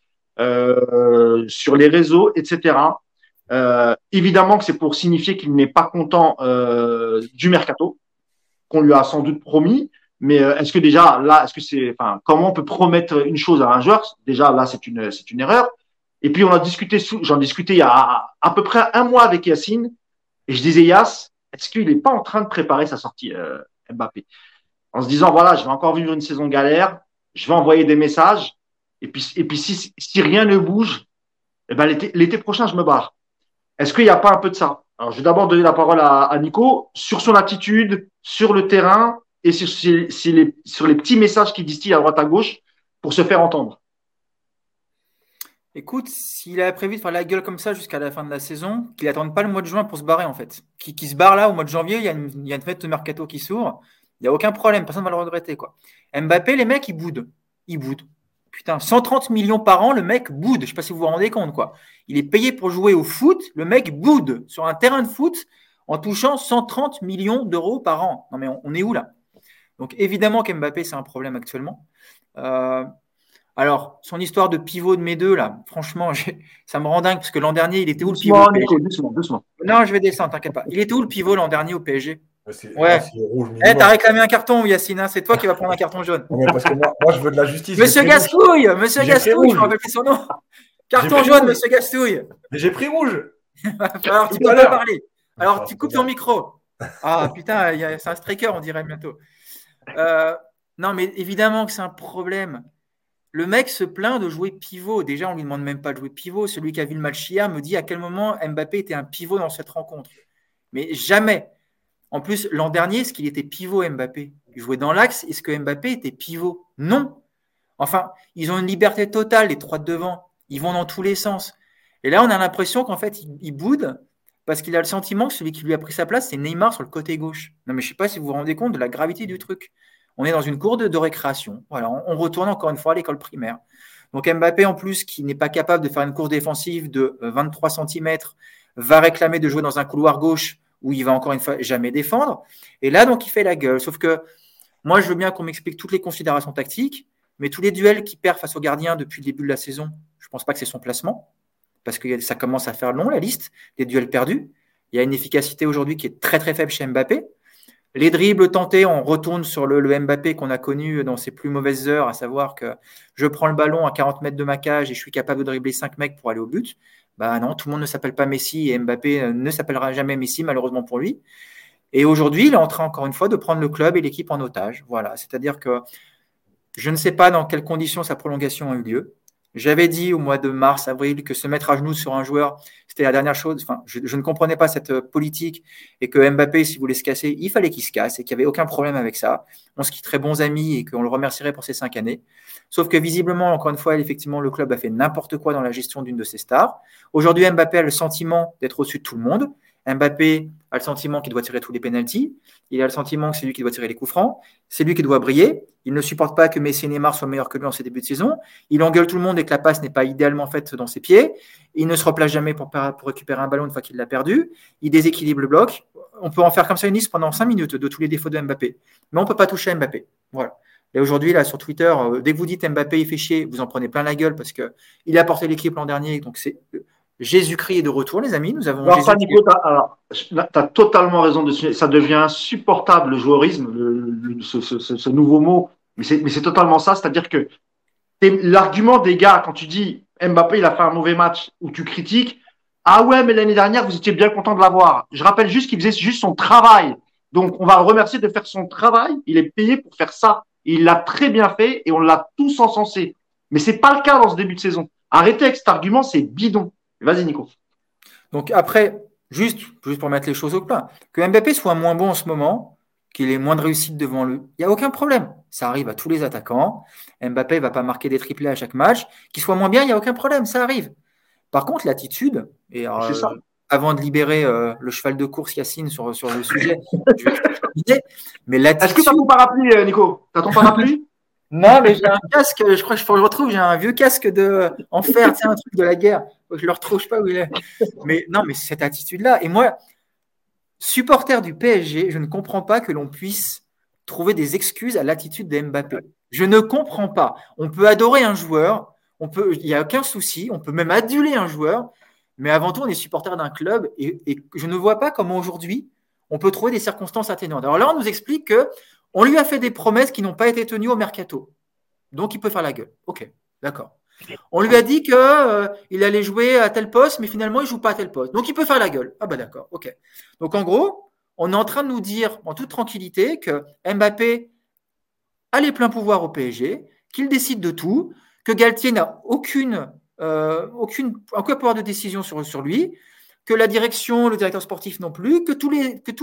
sur les réseaux, etc., évidemment que c'est pour signifier qu'il n'est pas content du mercato, qu'on lui a sans doute promis. Mais est-ce que déjà là, comment on peut promettre une chose à un joueur? Déjà là, c'est une erreur. Et puis j'en discutais il y a à peu près un mois avec Yacine, et je disais Yass, est-ce qu'il n'est pas en train de préparer sa sortie Mbappé, en se disant voilà, je vais encore vivre une saison galère, je vais envoyer des messages, et puis si rien ne bouge, eh ben l'été prochain je me barre. Est-ce qu'il n'y a pas un peu de ça? Alors je vais d'abord donner la parole à Nico sur son attitude, sur le terrain, et sur les petits messages qu'il distille à droite à gauche pour se faire entendre. Écoute, s'il a prévu de faire la gueule comme ça jusqu'à la fin de la saison, qu'il n'attende pas le mois de juin pour se barrer en fait. Qu'il se barre là au mois de janvier, il y a une fenêtre de mercato qui s'ouvre, il n'y a aucun problème, personne ne va le regretter, quoi. Mbappé, les mecs, ils boudent. Putain, 130 millions par an, le mec boude. Je ne sais pas si vous vous rendez compte, quoi. Il est payé pour jouer au foot, le mec boude sur un terrain de foot en touchant 130 millions d'euros par an. Non mais on est où là? Donc évidemment qu'Mbappé, c'est un problème actuellement. Alors, son histoire de pivot de mes deux, là, franchement, ça me rend dingue, parce que l'an dernier, il était où le pivot au PSG? Doucement. Non, je vais descendre, t'inquiète pas. Il était où le pivot l'an dernier au PSG? Ouais. T'as réclamé un carton, Yacine, hein, c'est toi qui vas prendre un carton jaune. Ouais, parce que moi, je veux de la justice. Monsieur Gastouille, je me rappelle plus son nom. Carton jaune, rouge. Monsieur Gastouille. Mais j'ai pris rouge. Alors, tu peux pas parler. Alors, tu coupes ton micro. Ah, putain, c'est un striker, on dirait bientôt. Non, mais évidemment que c'est un problème. Le mec se plaint de jouer pivot. Déjà, on ne lui demande même pas de jouer pivot. Celui qui a vu le match hier me dit à quel moment Mbappé était un pivot dans cette rencontre. Mais jamais. En plus, l'an dernier, est-ce qu'il était pivot Mbappé? Il jouait dans l'axe. Est-ce que Mbappé était pivot? Non. Enfin, ils ont une liberté totale, les trois de devant. Ils vont dans tous les sens. Et là, on a l'impression qu'en fait, il boude parce qu'il a le sentiment que celui qui lui a pris sa place, c'est Neymar sur le côté gauche. Non, mais je ne sais pas si vous vous rendez compte de la gravité du truc. On est dans une cour de récréation. Voilà, on retourne encore une fois à l'école primaire. Donc Mbappé, en plus, qui n'est pas capable de faire une course défensive de 23 cm, va réclamer de jouer dans un couloir gauche où il va encore une fois jamais défendre. Et là, donc, il fait la gueule. Sauf que moi, je veux bien qu'on m'explique toutes les considérations tactiques, mais tous les duels qu'il perd face au gardien depuis le début de la saison, je ne pense pas que c'est son placement, parce que ça commence à faire long, la liste des duels perdus. Il y a une efficacité aujourd'hui qui est très, très faible chez Mbappé. Les dribbles tentés, on retourne sur le Mbappé qu'on a connu dans ses plus mauvaises heures, à savoir que je prends le ballon à 40 mètres de ma cage et je suis capable de dribbler 5 mecs pour aller au but. Bah non, tout le monde ne s'appelle pas Messi et Mbappé ne s'appellera jamais Messi, malheureusement pour lui. Et aujourd'hui, il est en train, encore une fois, de prendre le club et l'équipe en otage. Voilà, c'est-à-dire que je ne sais pas dans quelles conditions sa prolongation a eu lieu. J'avais dit au mois de mars, avril, que se mettre à genoux sur un joueur, c'était la dernière chose. Enfin, je ne comprenais pas cette politique et que Mbappé, s'il voulait se casser, il fallait qu'il se casse et qu'il n'y avait aucun problème avec ça. On se quitterait bons amis et qu'on le remercierait pour ces 5 années. Sauf que visiblement, encore une fois, effectivement, le club a fait n'importe quoi dans la gestion d'une de ses stars. Aujourd'hui, Mbappé a le sentiment d'être au-dessus de tout le monde. Mbappé a le sentiment qu'il doit tirer tous les pénaltys. Il a le sentiment que c'est lui qui doit tirer les coups francs. C'est lui qui doit briller. Il ne supporte pas que Messi et Neymar soient meilleurs que lui en ses débuts de saison. Il engueule tout le monde et que la passe n'est pas idéalement faite dans ses pieds. Il ne se replace jamais pour récupérer un ballon une fois qu'il l'a perdu. Il déséquilibre le bloc. On peut en faire comme ça une liste pendant 5 minutes de tous les défauts de Mbappé. Mais on ne peut pas toucher à Mbappé. Voilà. Et aujourd'hui, là, sur Twitter, dès que vous dites Mbappé, il fait chier, vous en prenez plein la gueule parce qu'il a porté l'équipe l'an dernier. Donc, c'est Jésus-Christ est de retour, les amis. Nous avons Nico, tu as totalement raison dessus. Ça devient insupportable, le joueurisme, ce nouveau mot. Mais c'est totalement ça. C'est-à-dire que l'argument des gars, quand tu dis Mbappé, il a fait un mauvais match, ou tu critiques, Ah ouais, mais l'année dernière, vous étiez bien content de l'avoir. Je rappelle juste qu'il faisait juste son travail. Donc, on va le remercier de faire son travail. Il est payé pour faire ça. Il l'a très bien fait et on l'a tous encensé. Mais c'est pas le cas dans ce début de saison. Arrêtez avec cet argument, c'est bidon. Vas-y, Nico. Donc après, juste pour mettre les choses au plat, que Mbappé soit moins bon en ce moment, qu'il ait moins de réussite devant lui, il n'y a aucun problème. Ça arrive à tous les attaquants. Mbappé ne va pas marquer des triplés à chaque match. Qu'il soit moins bien, il n'y a aucun problème, ça arrive. Par contre, l'attitude, et C'est ça. avant de libérer le cheval de course Yacine sur le sujet, je vais terminer. Mais l'attitude. Est-ce que tu as ton parapluie, Nico? Tu as ton parapluie? Non, mais j'ai un casque, je crois qu'il faut que je retrouve, j'ai un vieux casque en fer, tu sais, un truc de la guerre. Faut que je le retrouve, je sais pas où il est. Mais non, mais cette attitude-là. Et moi, supporter du PSG, je ne comprends pas que l'on puisse trouver des excuses à l'attitude de Mbappé. Je ne comprends pas. On peut adorer un joueur, il n'y a aucun souci, on peut même aduler un joueur, mais avant tout, on est supporter d'un club et je ne vois pas comment aujourd'hui on peut trouver des circonstances atténuantes. Alors là, on nous explique que on lui a fait des promesses qui n'ont pas été tenues au mercato. Donc, il peut faire la gueule. OK, d'accord. On lui a dit qu'il allait jouer à tel poste, mais finalement, il ne joue pas à tel poste. Donc, il peut faire la gueule. Ah bah d'accord, OK. Donc, en gros, on est en train de nous dire en toute tranquillité que Mbappé a les pleins pouvoirs au PSG, qu'il décide de tout, que Galtier n'a aucun pouvoir de décision sur lui, que la direction, le directeur sportif non plus, que tous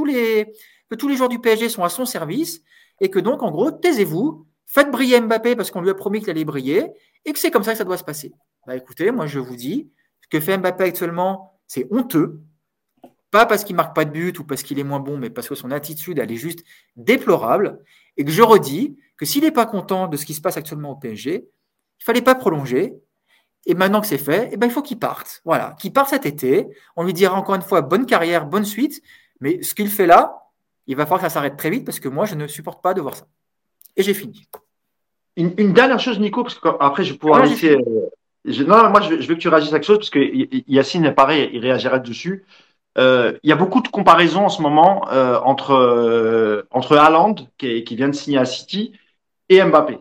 les joueurs du PSG sont à son service, et que donc, en gros, taisez-vous, faites briller Mbappé parce qu'on lui a promis qu'il allait briller, et que c'est comme ça que ça doit se passer. Bah écoutez, moi je vous dis, ce que fait Mbappé actuellement, c'est honteux, pas parce qu'il ne marque pas de but ou parce qu'il est moins bon, mais parce que son attitude, elle est juste déplorable, et que je redis que s'il n'est pas content de ce qui se passe actuellement au PSG, il ne fallait pas prolonger, et maintenant que c'est fait, eh ben, il faut qu'il parte. Voilà, qu'il parte cet été. On lui dira encore une fois bonne carrière, bonne suite. Mais ce qu'il fait là, il va falloir que ça s'arrête très vite parce que moi, je ne supporte pas de voir ça. Et j'ai fini. Une dernière chose, Nico, parce qu'après, je vais pouvoir laisser. Non, moi, je veux que tu réagisses à quelque chose parce que Yacine, pareil, il réagira dessus. Il y a beaucoup de comparaisons en ce moment entre Haaland, qui vient de signer à City, et Mbappé.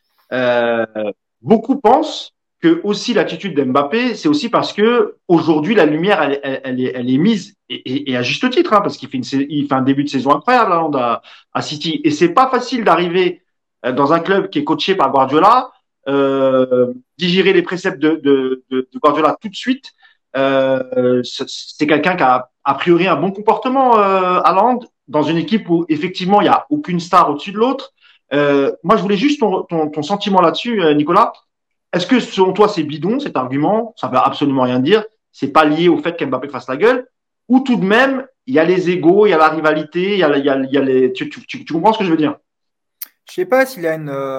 Beaucoup pensent que aussi l'attitude d'Mbappé, c'est aussi parce que aujourd'hui la lumière elle est mise et à juste titre, hein, parce qu'il fait un début de saison incroyable à City et c'est pas facile d'arriver dans un club qui est coaché par Guardiola, digérer les préceptes de Guardiola tout de suite. C'est quelqu'un qui a priori un bon comportement, Haaland, dans une équipe où effectivement il y a aucune star au-dessus de l'autre. Moi, je voulais juste ton sentiment là-dessus, Nicolas. Est-ce que selon toi, c'est bidon cet argument? Ça ne veut absolument rien dire. C'est pas lié au fait qu'Mbappé fasse la gueule. Ou tout de même, il y a les égos, il y a la rivalité, il y a les. Tu comprends ce que je veux dire? Je sais pas s'il y a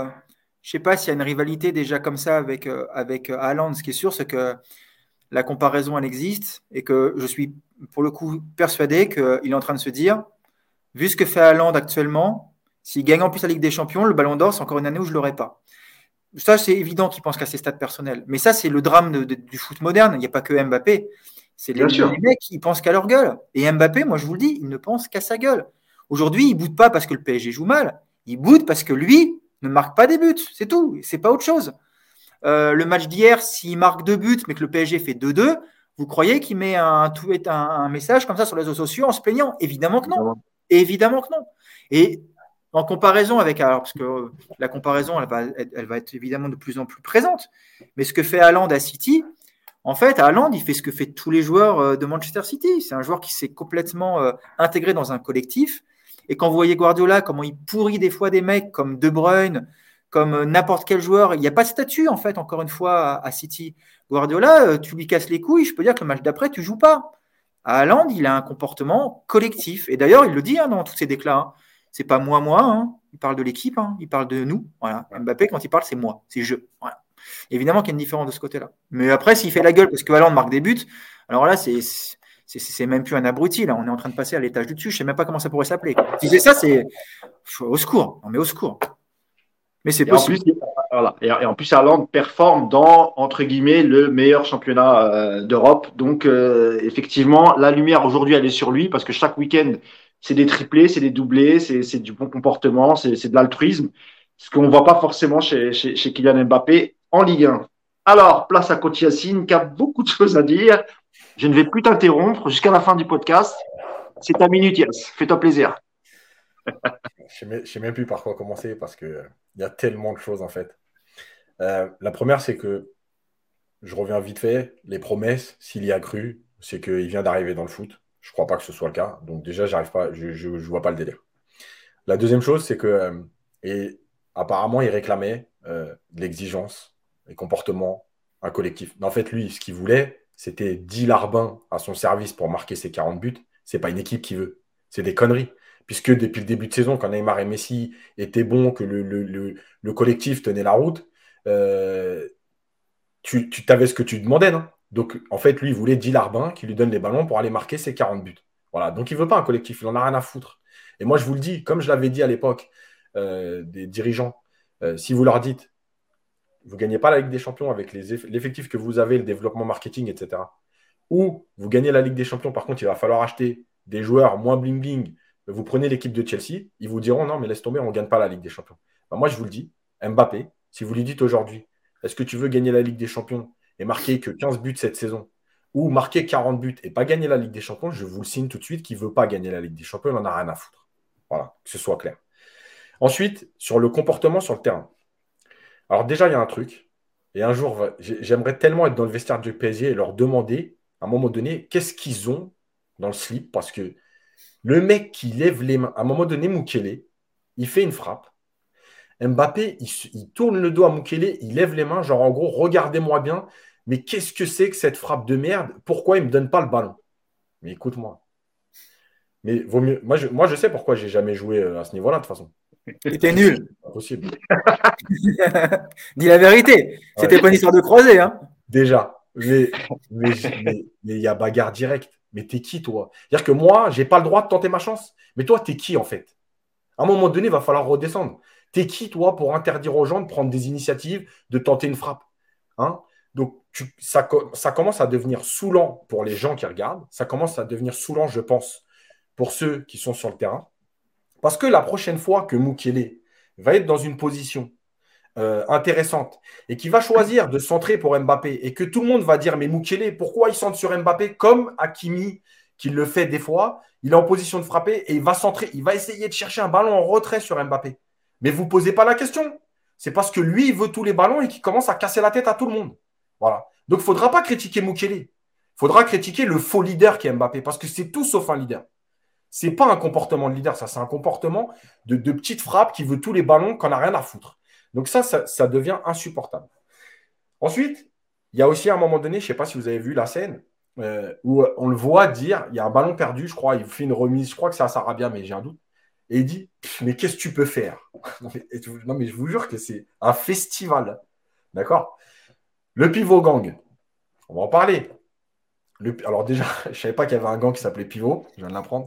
une rivalité déjà comme ça avec Haaland. Ce qui est sûr, c'est que la comparaison, elle existe et que je suis pour le coup persuadé qu'il est en train de se dire, vu ce que fait Haaland actuellement, s'il gagne en plus la Ligue des Champions, le Ballon d'Or, c'est encore une année où je ne l'aurai pas. Ça, c'est évident qu'il pense qu'à ses stats personnels. Mais ça, c'est le drame du foot moderne. Il n'y a pas que Mbappé. C'est les mecs qui pensent qu'à leur gueule. Et Mbappé, moi, je vous le dis, il ne pense qu'à sa gueule. Aujourd'hui, il ne boude pas parce que le PSG joue mal. Il boude parce que lui ne marque pas des buts. C'est tout. C'est pas autre chose. Le match d'hier, s'il marque 2 buts, mais que le PSG fait 2-2, vous croyez qu'il met un message comme ça sur les réseaux sociaux en se plaignant? Évidemment que non. Évidemment que non. Et en comparaison avec, alors parce que la comparaison, elle va être évidemment de plus en plus présente, mais ce que fait Haaland à City, en fait, Haaland, il fait ce que fait tous les joueurs de Manchester City. C'est un joueur qui s'est complètement intégré dans un collectif. Et quand vous voyez Guardiola, comment il pourrit des fois des mecs comme De Bruyne, comme n'importe quel joueur, il n'y a pas de statut, en fait, encore une fois, à City. Guardiola, tu lui casses les couilles, je peux dire que le match d'après, tu ne joues pas. À Haaland, il a un comportement collectif. Et d'ailleurs, il le dit dans tous ses déclats. Hein. C'est pas moi, hein. Il parle de l'équipe, hein. Il parle de nous. Voilà. Mbappé, quand il parle, c'est moi, c'est je. Voilà. Évidemment qu'il y a une différence de ce côté-là. Mais après, s'il fait la gueule parce que Haaland marque des buts, alors là, c'est même plus un abruti. Là, on est en train de passer à l'étage du dessus. Je sais même pas comment ça pourrait s'appeler. Si c'est ça, c'est au secours. Non, mais au secours. Mais c'est possible. Et en plus, Haaland performe dans, entre guillemets, le meilleur championnat d'Europe. Donc, effectivement, la lumière aujourd'hui, elle est sur lui parce que chaque week-end, c'est des triplés, c'est des doublés, c'est du bon comportement, c'est de l'altruisme. Ce qu'on ne voit pas forcément chez Kylian Mbappé en Ligue 1. Alors, place à Coach Yacine qui a beaucoup de choses à dire. Je ne vais plus t'interrompre jusqu'à la fin du podcast. C'est ta minute, Yes. Fais-toi plaisir. Je ne sais même plus par quoi commencer parce qu'il y a tellement de choses en fait. La première, c'est que je reviens vite fait. Les promesses, s'il y a cru, c'est qu'il vient d'arriver dans le foot. Je ne crois pas que ce soit le cas. Donc déjà, j'arrive pas, je vois pas le délire. La deuxième chose, c'est que et apparemment, il réclamait de l'exigence, des comportements, un collectif. Mais en fait, lui, ce qu'il voulait, c'était 10 larbins à son service pour marquer ses 40 buts. C'est pas une équipe qui veut. C'est des conneries. Puisque depuis le début de saison, quand Neymar et Messi étaient bons, que le collectif tenait la route, euh, tu avais ce que tu demandais, non? Donc, en fait, lui, il voulait 10 larbins qui lui donnent les ballons pour aller marquer ses 40 buts. Voilà. Donc, il ne veut pas un collectif. Il en a rien à foutre. Et moi, je vous le dis, comme je l'avais dit à l'époque des dirigeants, si vous leur dites, vous ne gagnez pas la Ligue des Champions avec l'effectif que vous avez, le développement marketing, etc. Ou vous gagnez la Ligue des Champions, par contre, il va falloir acheter des joueurs moins bling-bling. Vous prenez l'équipe de Chelsea, ils vous diront non, mais laisse tomber, on ne gagne pas la Ligue des Champions. Ben, moi, je vous le dis, Mbappé, si vous lui dites aujourd'hui, est-ce que tu veux gagner la Ligue des Champions et marquer que 15 buts cette saison, ou marquer 40 buts et pas gagner la Ligue des Champions, je vous le signe tout de suite qu'il ne veut pas gagner la Ligue des Champions, il n'en a rien à foutre. Voilà, que ce soit clair. Ensuite, sur le comportement sur le terrain. Alors déjà, il y a un truc, et un jour, j'aimerais tellement être dans le vestiaire du PSG et leur demander, à un moment donné, qu'est-ce qu'ils ont dans le slip, parce que le mec qui lève les mains, à un moment donné, Mukele, il fait une frappe. Mbappé, il tourne le dos à Mukele, il lève les mains, genre en gros, regardez-moi bien, mais qu'est-ce que c'est que cette frappe de merde? Pourquoi il ne me donne pas le ballon? Mais écoute-moi. Mais vaut mieux. Moi, je sais pourquoi j'ai jamais joué à ce niveau-là, de toute façon. C'était nul. Impossible. Dis la vérité. C'était pas une histoire de croisée. Hein. Déjà. Mais il y a bagarre directe. Mais t'es qui, toi? C'est-à-dire que moi, j'ai pas le droit de tenter ma chance. Mais toi, t'es qui, en fait? À un moment donné, il va falloir redescendre. T'es qui, toi, pour interdire aux gens de prendre des initiatives, de tenter une frappe? Hein? Donc, ça commence à devenir saoulant pour les gens qui regardent. Ça commence à devenir saoulant, je pense, pour ceux qui sont sur le terrain. Parce que la prochaine fois que Mukele va être dans une position intéressante et qui va choisir de centrer pour Mbappé et que tout le monde va dire mais Mukele, pourquoi il centre sur Mbappé comme Hakimi qui le fait des fois, il est en position de frapper et il va centrer, il va essayer de chercher un ballon en retrait sur Mbappé. Mais vous ne posez pas la question. C'est parce que lui, il veut tous les ballons et qu'il commence à casser la tête à tout le monde. Voilà. Donc, il ne faudra pas critiquer Mukele. Il faudra critiquer le faux leader qui est Mbappé parce que c'est tout sauf un leader. Ce n'est pas un comportement de leader, ça, c'est un comportement de petite frappe qui veut tous les ballons, qu'on n'a rien à foutre. Donc ça devient insupportable. Ensuite, il y a aussi à un moment donné, je ne sais pas si vous avez vu la scène, où on le voit dire, il y a un ballon perdu, je crois, il fait une remise, je crois que c'est à Sarabia, mais j'ai un doute, et il dit, mais qu'est-ce que tu peux faire? Non, mais je vous jure que c'est un festival. D'accord? Le pivot gang, on va en parler. Alors déjà, je ne savais pas qu'il y avait un gang qui s'appelait pivot, je viens de l'apprendre.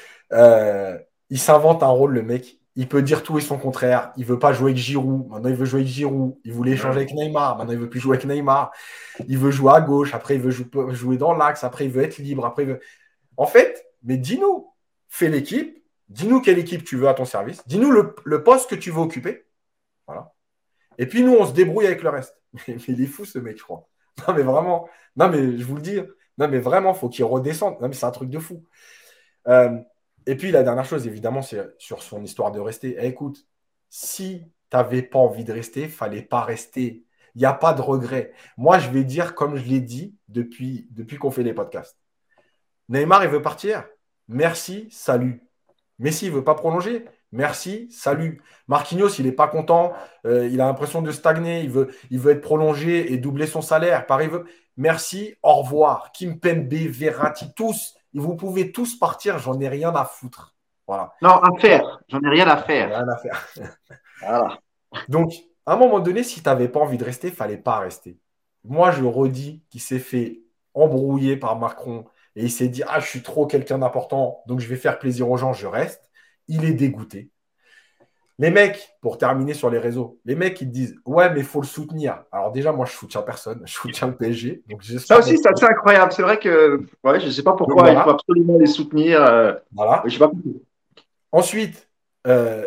Il s'invente un rôle, le mec. Il peut dire tout et son contraire. Il ne veut pas jouer avec Giroud. Maintenant, il veut jouer avec Giroud. Il voulait échanger avec Neymar. Maintenant, il ne veut plus jouer avec Neymar. Il veut jouer à gauche. Après, il veut jouer dans l'axe. Après, il veut être libre. Après, il veut... En fait, mais dis-nous, fais l'équipe. Dis-nous quelle équipe tu veux à ton service. Dis-nous le poste que tu veux occuper. Voilà. Et puis, nous, on se débrouille avec le reste. Mais il est fou, ce mec, je crois. Non, mais vraiment. Non, mais je vous le dis. Non, mais vraiment, il faut qu'il redescende. Non, mais c'est un truc de fou. Et puis, la dernière chose, évidemment, c'est sur son histoire de rester. Écoute, si tu n'avais pas envie de rester, il ne fallait pas rester. Il n'y a pas de regret. Moi, je vais dire, comme je l'ai dit depuis qu'on fait les podcasts. Neymar, il veut partir. Merci, salut. Messi, il ne veut pas prolonger. Merci, salut. Marquinhos, il n'est pas content. Il a l'impression de stagner. Il veut être prolongé et doubler son salaire. Paris veut. Merci, au revoir. Kimpembe, Verratti, tous. Vous pouvez tous partir, j'en ai rien à foutre. Voilà. Non, à faire. J'en ai rien à faire. Rien à faire. Voilà. Donc, à un moment donné, si tu n'avais pas envie de rester, il ne fallait pas rester. Moi, je redis qu'il s'est fait embrouiller par Macron et il s'est dit « Ah, je suis trop quelqu'un d'important, donc je vais faire plaisir aux gens, je reste. » Il est dégoûté. Les mecs, pour terminer sur les réseaux, les mecs, ils te disent « Ouais, mais il faut le soutenir. » Alors déjà, moi, je soutiens personne. Je soutiens le PSG. Donc ça aussi, c'est assez incroyable. C'est vrai que ouais, je ne sais pas pourquoi voilà. Il faut absolument les soutenir. Voilà. Je sais pas. Ensuite,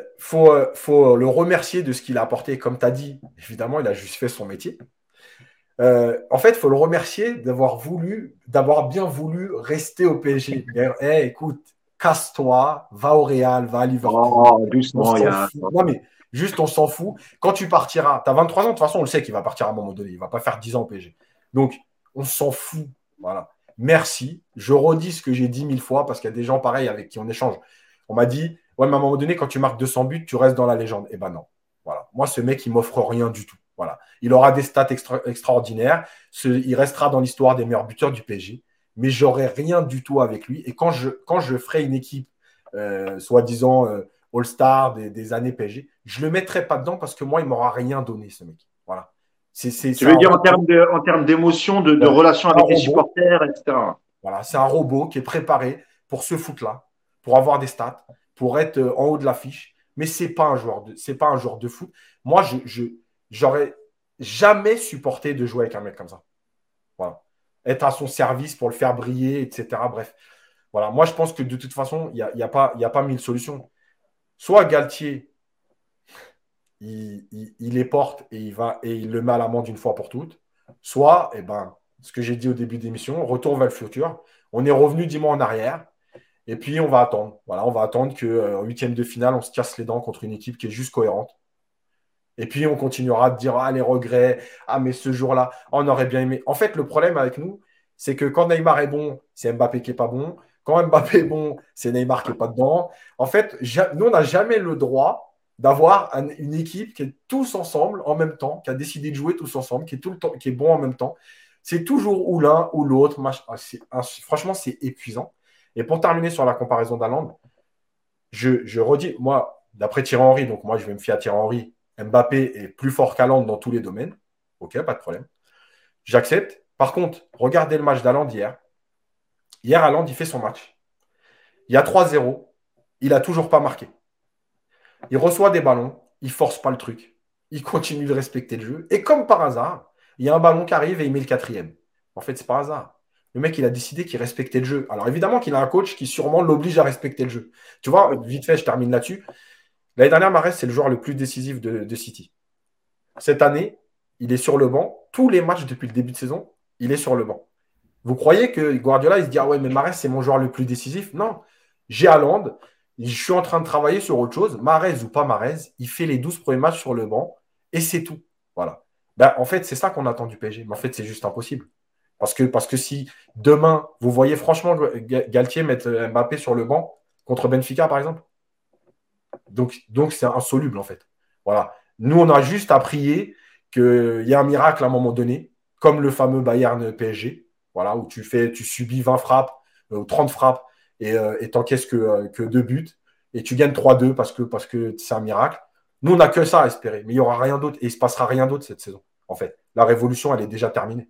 faut le remercier de ce qu'il a apporté. Comme tu as dit, évidemment, il a juste fait son métier. En fait, il faut le remercier d'avoir bien voulu rester au PSG. Écoute, casse-toi, va au Real, va à Liverpool. Oh, On doucement, il y s'en a. fout. Non, mais juste, on s'en fout. Quand tu partiras, tu as 23 ans, de toute façon, on le sait qu'il va partir à un moment donné. Il ne va pas faire 10 ans au PSG. Donc, on s'en fout. Voilà. Merci. Je redis ce que j'ai dit 1000 fois parce qu'il y a des gens pareils avec qui on échange. On m'a dit, ouais, mais à un moment donné, quand tu marques 200 buts, tu restes dans la légende. Eh ben non. Voilà. Moi, ce mec, il m'offre rien du tout. Voilà. Il aura des stats extraordinaires. Il restera dans l'histoire des meilleurs buteurs du PSG. Mais j'aurai rien du tout avec lui. Et quand je ferai une équipe, soi-disant All-Star des années PSG, je ne le mettrai pas dedans parce que moi, il ne m'aura rien donné, ce mec. Voilà. Tu C'est veux un dire robot. en termes d'émotion, de Ouais. relation C'est un avec les robot. supporters, etc. Voilà. C'est un robot qui est préparé pour ce foot-là, pour avoir des stats, pour être en haut de l'affiche. Mais ce n'est pas un joueur de foot. Moi, j'aurais jamais supporté de jouer avec un mec comme ça. Voilà. Être à son service pour le faire briller, etc. Bref. Voilà. Moi, je pense que de toute façon, il y a pas mille solutions. Soit Galtier, il les porte et il le met à l'amende une fois pour toutes. Soit, eh ben, ce que j'ai dit au début de l'émission, retour vers le futur. On est revenu 10 mois en arrière. Et puis, on va attendre. Voilà, on va attendre qu'en huitième de finale, on se casse les dents contre une équipe qui est juste cohérente. Et puis, on continuera de dire, ah, les regrets, ah, mais ce jour-là, on aurait bien aimé. En fait, le problème avec nous, c'est que quand Neymar est bon, c'est Mbappé qui n'est pas bon. Quand Mbappé est bon, c'est Neymar qui n'est pas dedans. En fait, nous, on n'a jamais le droit d'avoir une équipe qui est tous ensemble en même temps, qui a décidé de jouer tous ensemble, qui est tout le temps, qui est bon en même temps. C'est toujours ou l'un ou l'autre. Franchement, c'est épuisant. Et pour terminer sur la comparaison d'Haaland, je redis, moi, d'après Thierry Henry, donc moi, je vais me fier à Thierry Henry, Mbappé est plus fort qu'Haaland dans tous les domaines. Ok, pas de problème. J'accepte. Par contre, regardez le match d'Haaland hier. Hier, Haaland, il fait son match. Il y a 3-0. Il n'a toujours pas marqué. Il reçoit des ballons. Il ne force pas le truc. Il continue de respecter le jeu. Et comme par hasard, il y a un ballon qui arrive et il met le quatrième. En fait, c'est par hasard. Le mec, il a décidé qu'il respectait le jeu. Alors évidemment qu'il a un coach qui sûrement l'oblige à respecter le jeu. Tu vois, vite fait, je termine là-dessus. L'année dernière, Mahrez, c'est le joueur le plus décisif de City. Cette année, il est sur le banc. Tous les matchs depuis le début de saison, il est sur le banc. Vous croyez que Guardiola, il se dit, ah ouais, mais Mahrez, c'est mon joueur le plus décisif? Non. J'ai Haaland. Je suis en train de travailler sur autre chose. Mahrez ou pas Mahrez, il fait les 12 premiers matchs sur le banc et c'est tout. Voilà. Ben, en fait, c'est ça qu'on attend du PSG. Mais en fait, c'est juste impossible. Parce que si demain, vous voyez franchement Galtier mettre Mbappé sur le banc contre Benfica, par exemple, donc c'est insoluble, en fait. Voilà. Nous, on a juste à prier qu'il y ait un miracle à un moment donné, comme le fameux Bayern PSG, voilà, où tu subis 20 frappes ou 30 frappes et t'encaisses que 2 buts et tu gagnes 3-2 parce que c'est un miracle. Nous, on n'a que ça à espérer, mais il n'y aura rien d'autre et il ne se passera rien d'autre cette saison, en fait. La révolution, elle est déjà terminée.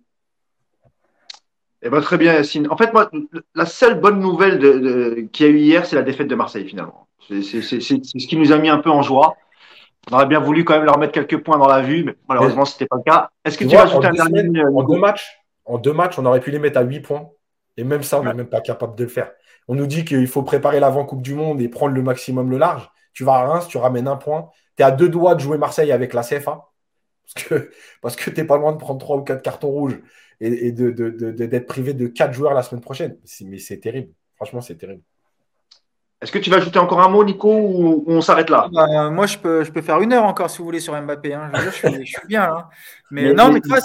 Eh ben, très bien, Yacine. En fait, moi, la seule bonne nouvelle qu'il y a eu hier, c'est la défaite de Marseille, finalement. C'est ce qui nous a mis un peu en joie. On aurait bien voulu quand même leur mettre quelques points dans la vue, mais malheureusement, Mais, ce n'était pas le cas. Est-ce que tu tu vas vois, en ajouter un deux dernier, semaines, Nico? en deux matchs, on aurait pu les mettre à 8 points. Et même ça, on n'est même pas capable de le faire. On nous dit qu'il faut préparer l'avant-coupe du monde et prendre le maximum le large. Tu vas à Reims, tu ramènes un point. Tu es à deux doigts de jouer Marseille avec la CFA. Parce que tu n'es pas loin de prendre 3 ou 4 cartons rouges et d'être privé de 4 joueurs la semaine prochaine. Mais c'est terrible. Franchement, c'est terrible. Est-ce que tu vas ajouter encore un mot, Nico, ou on s'arrête là? Moi, je peux faire 1 heure encore si vous voulez sur Mbappé, hein. Je veux dire, je suis bien là. Mais Mais, non, mais- mais tu vois,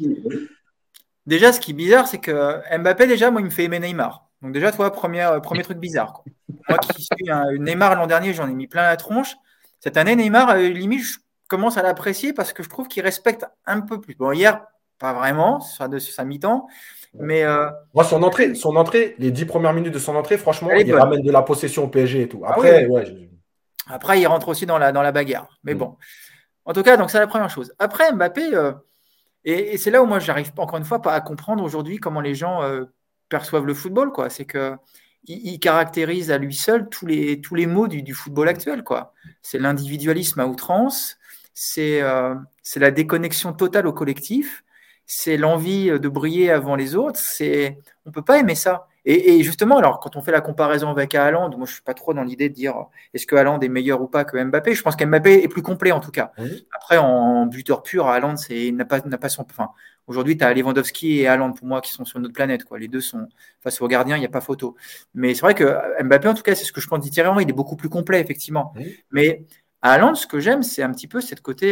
déjà, ce qui est bizarre, c'est que Mbappé, déjà, moi, il me fait aimer Neymar. Donc, déjà, toi, premier truc bizarre, quoi. Moi qui suis un Neymar l'an dernier, j'en ai mis plein la tronche. Cette année, Neymar, limite, je commence à l'apprécier parce que je trouve qu'il respecte un peu plus. Bon, hier, pas vraiment, sur sa mi-temps, mais Moi, son entrée, les 10 premières minutes de son entrée, franchement, elle est il bonne. ramène de la possession au PSG et tout. Ah oui, Après, oui. ouais. Après, il rentre aussi dans la bagarre. Mais Mm. bon. En tout cas, donc c'est la première chose. Après, Mbappé, et c'est là où moi, j'arrive encore une fois pas à comprendre aujourd'hui comment les gens perçoivent le football, quoi. C'est que il caractérise à lui seul tous les maux du football actuel, quoi. C'est l'individualisme à outrance, c'est la déconnexion totale au collectif, c'est l'envie de briller avant les autres. On peut pas aimer ça. Et justement, alors quand on fait la comparaison avec Haaland, moi je suis pas trop dans l'idée de dire est-ce que Haaland est meilleur ou pas que Mbappé. Je pense qu'Mbappé est plus complet en tout cas. Mm. Après, en buteur pur, Haaland n'a pas son. Enfin, Aujourd'hui, tu as Lewandowski et Haaland pour moi qui sont sur notre planète, quoi. Les deux sont face au gardien, il n'y a pas photo. Mais c'est vrai que Mbappé, en tout cas, c'est ce que je pense d'Thierry Henry, il est beaucoup plus complet, effectivement. Mais à Haaland, ce que j'aime, c'est un petit peu cette côté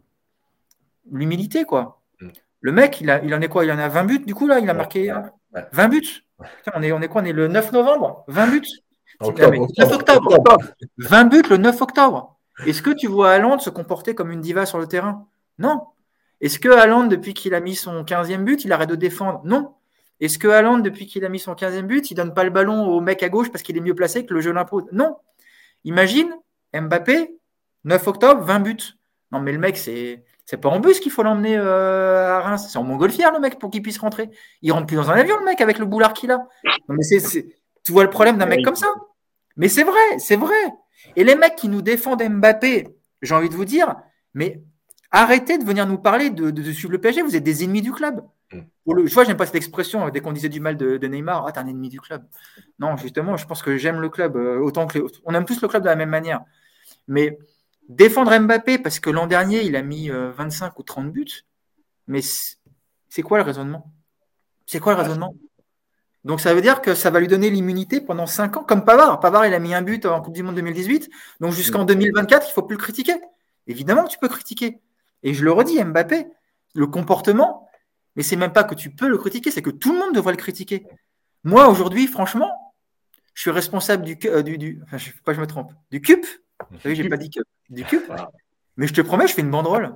l'humilité, quoi. Le mec, il en est quoi? Il en a 20 buts, du coup, là, il a marqué 20 buts. Putain, on est quoi? On est le 9 novembre? 20 buts? Octobre. 9 octobre. 20 buts le 9 octobre. Est-ce que tu vois Haaland se comporter comme une diva sur le terrain? Non. Est-ce que Haaland, depuis qu'il a mis son 15e but, il arrête de défendre? Non. Est-ce que Haaland, depuis qu'il a mis son 15e but, il ne donne pas le ballon au mec à gauche parce qu'il est mieux placé que le jeu l'impose? Non. Imagine Mbappé, 9 octobre, 20 buts. Non, mais le mec, c'est pas en bus qu'il faut l'emmener à Reims. C'est en montgolfière, le mec, pour qu'il puisse rentrer. Il rentre plus dans un avion, le mec, avec le boulard qu'il a. Non, mais tu vois le problème d'un mec comme ça? Mais c'est vrai, c'est vrai. Et les mecs qui nous défendent Mbappé, j'ai envie de vous dire, mais arrêtez de venir nous parler de suivre le PSG, vous êtes des ennemis du club. Je vois, j'aime pas cette expression, dès qu'on disait du mal de Neymar, t'es un ennemi du club. Non, justement, je pense que j'aime le club autant que on aime tous le club de la même manière. Mais défendre Mbappé parce que l'an dernier, il a mis 25 ou 30 buts, mais c'est quoi le raisonnement? C'est quoi le raisonnement? Donc ça veut dire que ça va lui donner l'immunité pendant 5 ans, comme Pavard. Pavard, il a mis un but en Coupe du Monde 2018, donc jusqu'en 2024, il ne faut plus le critiquer. Évidemment que tu peux critiquer. Et je le redis, Mbappé, le comportement, mais c'est même pas que tu peux le critiquer, c'est que tout le monde devrait le critiquer. Moi, aujourd'hui, franchement, je suis responsable du enfin, je ne sais pas, je me trompe, du CUP. Vous savez, j'ai pas dit CUP. Du CUP. Mais je te promets, je fais une banderole.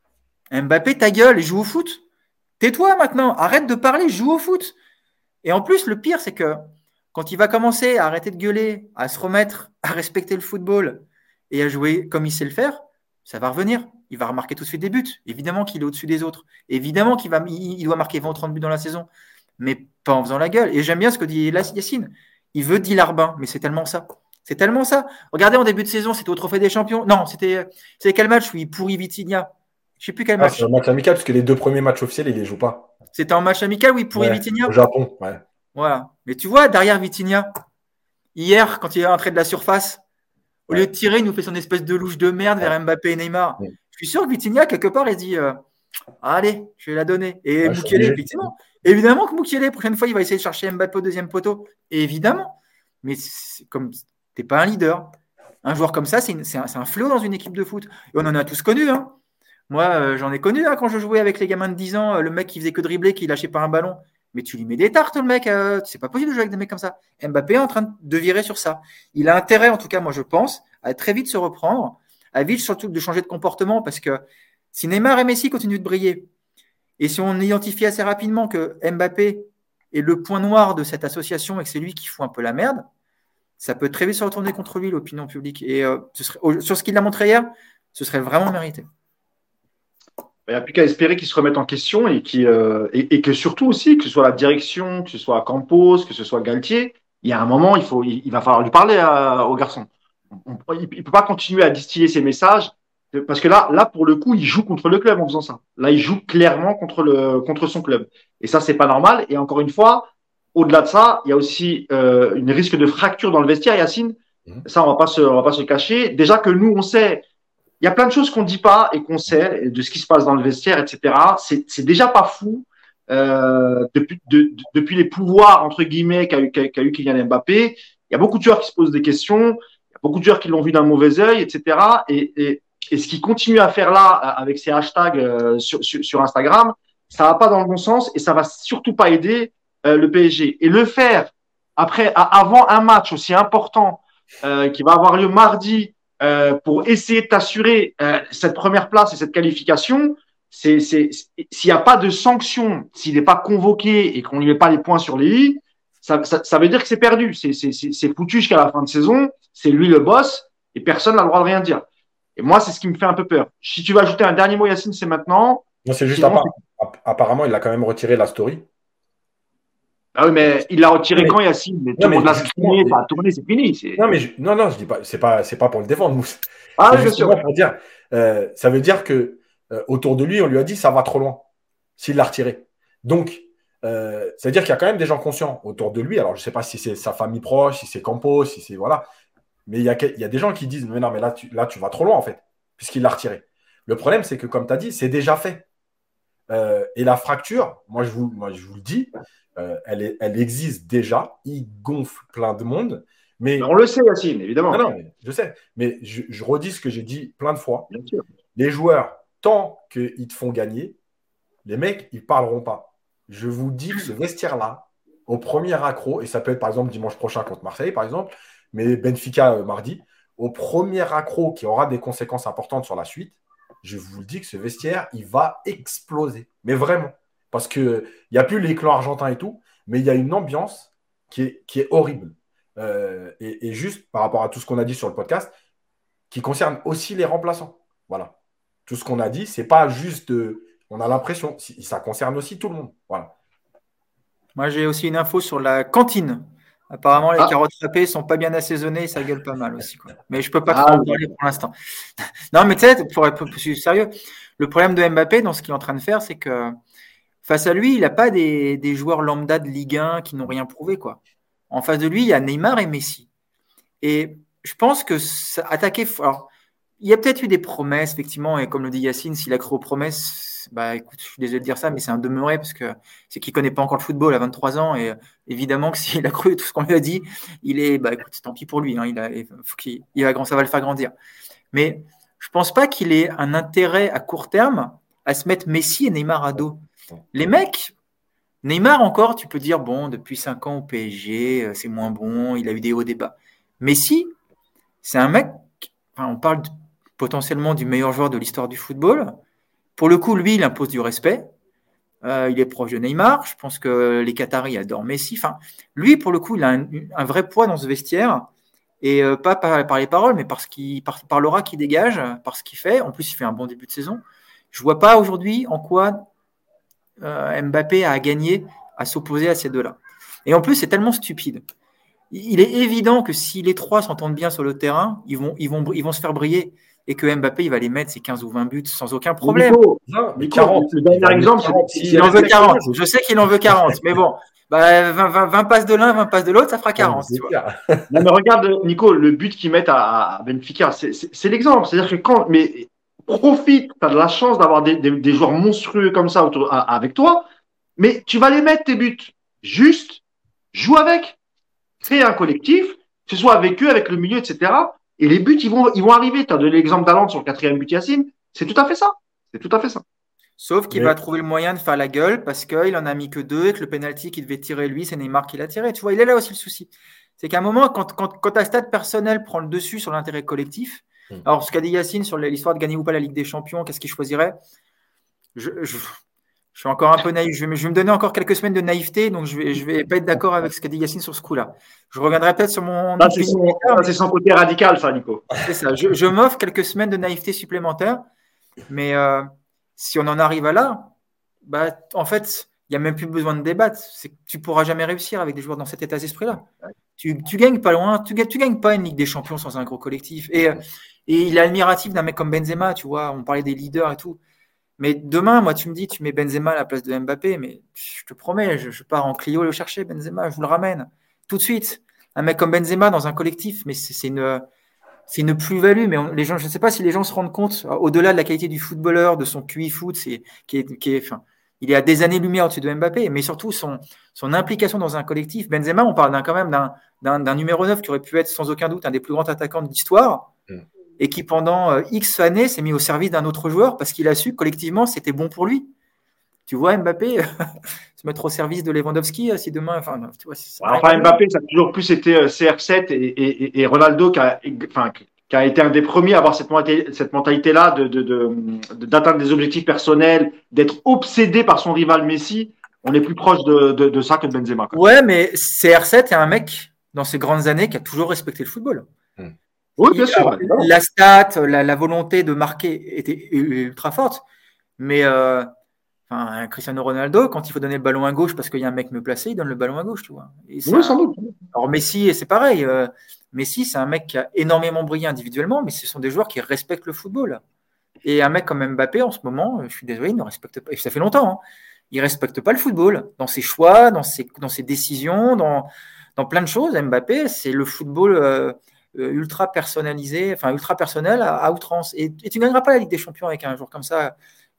Mbappé, ta gueule, et joue au foot. Tais-toi maintenant, arrête de parler, joue au foot. Et en plus, le pire, c'est que quand il va commencer à arrêter de gueuler, à se remettre à respecter le football et à jouer comme il sait le faire, ça va revenir. Il va remarquer tout de suite des buts. Évidemment qu'il est au-dessus des autres. Évidemment il doit marquer 20 ou 30 buts dans la saison, mais pas en faisant la gueule. Et j'aime bien ce que dit Yacine. Il veut Dillarbin, mais c'est tellement ça. C'est tellement ça. Regardez, en début de saison, c'était au Trophée des Champions. Non, c'était quel match où il pourrit Vitinha? Je ne sais plus quel match. C'est un match amical, parce que les 2 premiers matchs officiels, il ne les joue pas. C'était en match amical où il pourrit Vitinha? Au Japon, ouais. Voilà. Mais tu vois, derrière Vitinha, hier, quand il est rentré de la surface, au lieu de tirer, il nous fait son espèce de louche de merde vers Mbappé et Neymar. Je suis sûr que Vitinha, quelque part, il dit allez, je vais la donner. Et Mukiele, effectivement. Évidemment que Mukiele, prochaine fois, il va essayer de chercher Mbappé au deuxième poteau. Évidemment. Mais comme tu n'es pas un leader, un joueur comme ça, c'est un fléau dans une équipe de foot. Et on en a tous connu. Hein. Moi, j'en ai connu quand je jouais avec les gamins de 10 ans, le mec qui faisait que dribbler, qui lâchait pas un ballon. Mais tu lui mets des tartes, le mec. C'est pas possible de jouer avec des mecs comme ça. Mbappé est en train de virer sur ça. Il a intérêt, en tout cas, moi, je pense, à très vite se reprendre, à vite surtout de changer de comportement, parce que si Neymar et Messi continuent de briller, et si on identifie assez rapidement que Mbappé est le point noir de cette association et que c'est lui qui fout un peu la merde, ça peut très vite se retourner contre lui, l'opinion publique. Et sur ce qu'il a montré hier, ce serait vraiment mérité. Il n'y a plus qu'à espérer qu'ils se remettent en question et que surtout aussi, que ce soit la direction, que ce soit Campos, que ce soit Galtier, il y a un moment, il va falloir lui parler au garçon. Il ne peut pas continuer à distiller ses messages parce que là, pour le coup, il joue contre le club en faisant ça. Là, il joue clairement contre son club. Et ça, c'est pas normal. Et encore une fois, au-delà de ça, il y a aussi une risque de fracture dans le vestiaire, Yacine. Ça, on va pas se cacher. Déjà que nous, on sait. Il y a plein de choses qu'on ne dit pas et qu'on sait de ce qui se passe dans le vestiaire, etc. C'est déjà pas fou depuis les pouvoirs, entre guillemets, qu'a eu Kylian Mbappé. Il y a beaucoup de joueurs qui se posent des questions, il y a beaucoup de joueurs qui l'ont vu d'un mauvais œil, etc. Et ce qu'il continue à faire là, avec ses hashtags sur Instagram, ça va pas dans le bon sens et ça va surtout pas aider le PSG. Et le faire avant un match aussi important qui va avoir lieu mardi, pour essayer de t'assurer cette première place et cette qualification, s'il n'y a pas de sanction, s'il n'est pas convoqué et qu'on ne lui met pas les points sur les i, ça veut dire que c'est perdu. C'est foutu jusqu'à la fin de saison. C'est lui le boss et personne n'a le droit de rien dire. Et moi, c'est ce qui me fait un peu peur. Si tu veux ajouter un dernier mot, Yacine, c'est maintenant. Non, c'est juste apparemment, il a quand même retiré la story. Ah oui, mais il l'a retiré quand, Yacine? Mais tout le monde l'a screené, ça a tourné, c'est fini. Non, je dis pas, c'est pas pour le défendre, Mousse. Ah oui, bien sûr. Pour dire, ça veut dire que autour de lui, on lui a dit ça va trop loin s'il l'a retiré. Donc, ça veut dire qu'il y a quand même des gens conscients autour de lui. Alors, je ne sais pas si c'est sa famille proche, si c'est Campos, si c'est voilà. Mais il y a des gens qui disent mais non, mais là, tu vas trop loin en fait, puisqu'il l'a retiré. Le problème, c'est que comme tu as dit, c'est déjà fait. Et la fracture, moi je vous le dis, elle existe déjà. Il gonfle plein de monde. Mais Mais on le sait, Yacine, évidemment. non, je sais. Mais je redis ce que j'ai dit plein de fois. Bien sûr. Les joueurs, tant qu'ils te font gagner, les mecs, ils ne parleront pas. Je vous dis que ce vestiaire-là, au premier accro, et ça peut être par exemple dimanche prochain contre Marseille, par exemple, mais Benfica mardi, au premier accro qui aura des conséquences importantes sur la suite, je vous le dis que ce vestiaire, il va exploser. Mais vraiment. Parce qu'il n'y a plus les clans argentins et tout, mais il y a une ambiance qui est horrible. Et juste par rapport à tout ce qu'on a dit sur le podcast, qui concerne aussi les remplaçants. Voilà. Tout ce qu'on a dit, c'est pas juste. On a l'impression, ça concerne aussi tout le monde. Voilà. Moi, j'ai aussi une info sur la cantine. Apparemment, les carottes râpées sont pas bien assaisonnées et ça gueule pas mal aussi, quoi. Mais je peux pas trop en parler pour l'instant. Non, mais tu sais, pour être plus sérieux, le problème de Mbappé dans ce qu'il est en train de faire, c'est que face à lui, il n'a pas des joueurs lambda de Ligue 1 qui n'ont rien prouvé, quoi. En face de lui, il y a Neymar et Messi. Et je pense que attaquer. Alors, il y a peut-être eu des promesses, effectivement, et comme le dit Yacine, s'il a cru aux promesses, bah écoute, je suis désolé de dire ça, mais c'est un demeuré parce que c'est qu'il ne connaît pas encore le football à 23 ans. Et évidemment que s'il a cru tout ce qu'on lui a dit, il est, bah écoute, tant pis pour lui, hein, ça va le faire grandir. Mais je ne pense pas qu'il ait un intérêt à court terme à se mettre Messi et Neymar à dos. Les mecs, Neymar encore, tu peux dire, bon, depuis 5 ans au PSG, c'est moins bon, il a eu des hauts débats. Messi, c'est un mec, on parle potentiellement du meilleur joueur de l'histoire du football. Pour le coup, lui, il impose du respect. Il est proche de Neymar. Je pense que les Qataris adorent Messi. Enfin, lui, pour le coup, il a un vrai poids dans ce vestiaire. Et pas par les paroles, mais par l'aura qu'il dégage, par ce qu'il fait. En plus, il fait un bon début de saison. Je ne vois pas aujourd'hui en quoi Mbappé a gagné à s'opposer à ces deux-là. Et en plus, c'est tellement stupide. Il est évident que si les trois s'entendent bien sur le terrain, ils vont se faire briller et que Mbappé, il va les mettre ses 15 ou 20 buts sans aucun problème. Mais 40. Le dernier exemple, c'est il en veut 40. Je sais qu'il en veut 40, mais bon, 20 passes de l'un, 20 passes de l'autre, ça fera 40. Tu vois. Non, mais regarde, Nico, le but qu'ils mettent à Benfica, c'est l'exemple. C'est-à-dire que mais profite, tu as de la chance d'avoir des joueurs monstrueux comme ça avec toi, mais tu vas les mettre tes buts. Juste, joue avec. Crée un collectif, que ce soit avec eux, avec le milieu, etc. Et les buts, ils vont arriver. Tu as donné l'exemple d'Haaland sur le 4e but, Yacine. C'est tout à fait ça. C'est tout à fait ça. Sauf qu'il va trouver le moyen de faire la gueule parce qu'il en a mis que 2 et que le penalty qu'il devait tirer lui, c'est Neymar qui l'a tiré. Tu vois, il est là aussi le souci. C'est qu'à un moment, quand ta stade personnel prend le dessus sur l'intérêt collectif, alors ce qu'a dit Yacine sur l'histoire de gagner ou pas la Ligue des Champions, qu'est-ce qu'il choisirait? Je suis encore un peu naïf. Je vais me donner encore quelques semaines de naïveté, donc je vais pas être d'accord avec ce qu'a dit Yacine sur ce coup-là. Je reviendrai peut-être sur mon. C'est son côté radical, ça, Nico. C'est ça. Je m'offre quelques semaines de naïveté supplémentaire, mais si on en arrive à là, bah, en fait, il n'y a même plus besoin de débattre. C'est que tu ne pourras jamais réussir avec des joueurs dans cet état d'esprit-là. Tu gagnes pas loin, tu gagnes pas une Ligue des Champions sans un gros collectif. Et il est admiratif d'un mec comme Benzema, tu vois. On parlait des leaders et tout. Mais demain, moi, tu me dis, tu mets Benzema à la place de Mbappé, mais je te promets, je pars en Clio le chercher, Benzema, je vous le ramène tout de suite. Un mec comme Benzema dans un collectif, mais c'est une plus-value. Mais les gens, je ne sais pas si les gens se rendent compte, au-delà de la qualité du footballeur, de son QI foot, il est à des années-lumière au-dessus de Mbappé, mais surtout son implication dans un collectif. Benzema, on parle quand même d'un numéro 9 qui aurait pu être sans aucun doute un des plus grands attaquants de l'histoire. Et qui pendant X années s'est mis au service d'un autre joueur parce qu'il a su collectivement c'était bon pour lui. Tu vois Mbappé se mettre au service de Lewandowski si demain. Tu vois, Mbappé, ça a toujours plus été CR7 et Ronaldo qui a été un des premiers à avoir cette mentalité-là d'atteindre des objectifs personnels, d'être obsédé par son rival Messi. On est plus proche de ça que de Benzema. Ouais, mais CR7 est un mec dans ses grandes années qui a toujours respecté le football. Oui, bien sûr. La stat, la volonté de marquer était ultra forte. Mais Cristiano Ronaldo, quand il faut donner le ballon à gauche parce qu'il y a un mec mieux placé, il donne le ballon à gauche, tu vois. Sans doute. Alors Messi, c'est pareil. Messi, c'est un mec qui a énormément brillé individuellement, mais ce sont des joueurs qui respectent le football. Et un mec comme Mbappé, en ce moment, je suis désolé, il ne respecte pas. Et ça fait longtemps. Hein, il ne respecte pas le football dans ses choix, dans ses décisions, dans plein de choses. Mbappé, c'est le football ultra personnalisé, ultra personnel à outrance. Et tu ne gagneras pas la Ligue des Champions avec un joueur comme ça.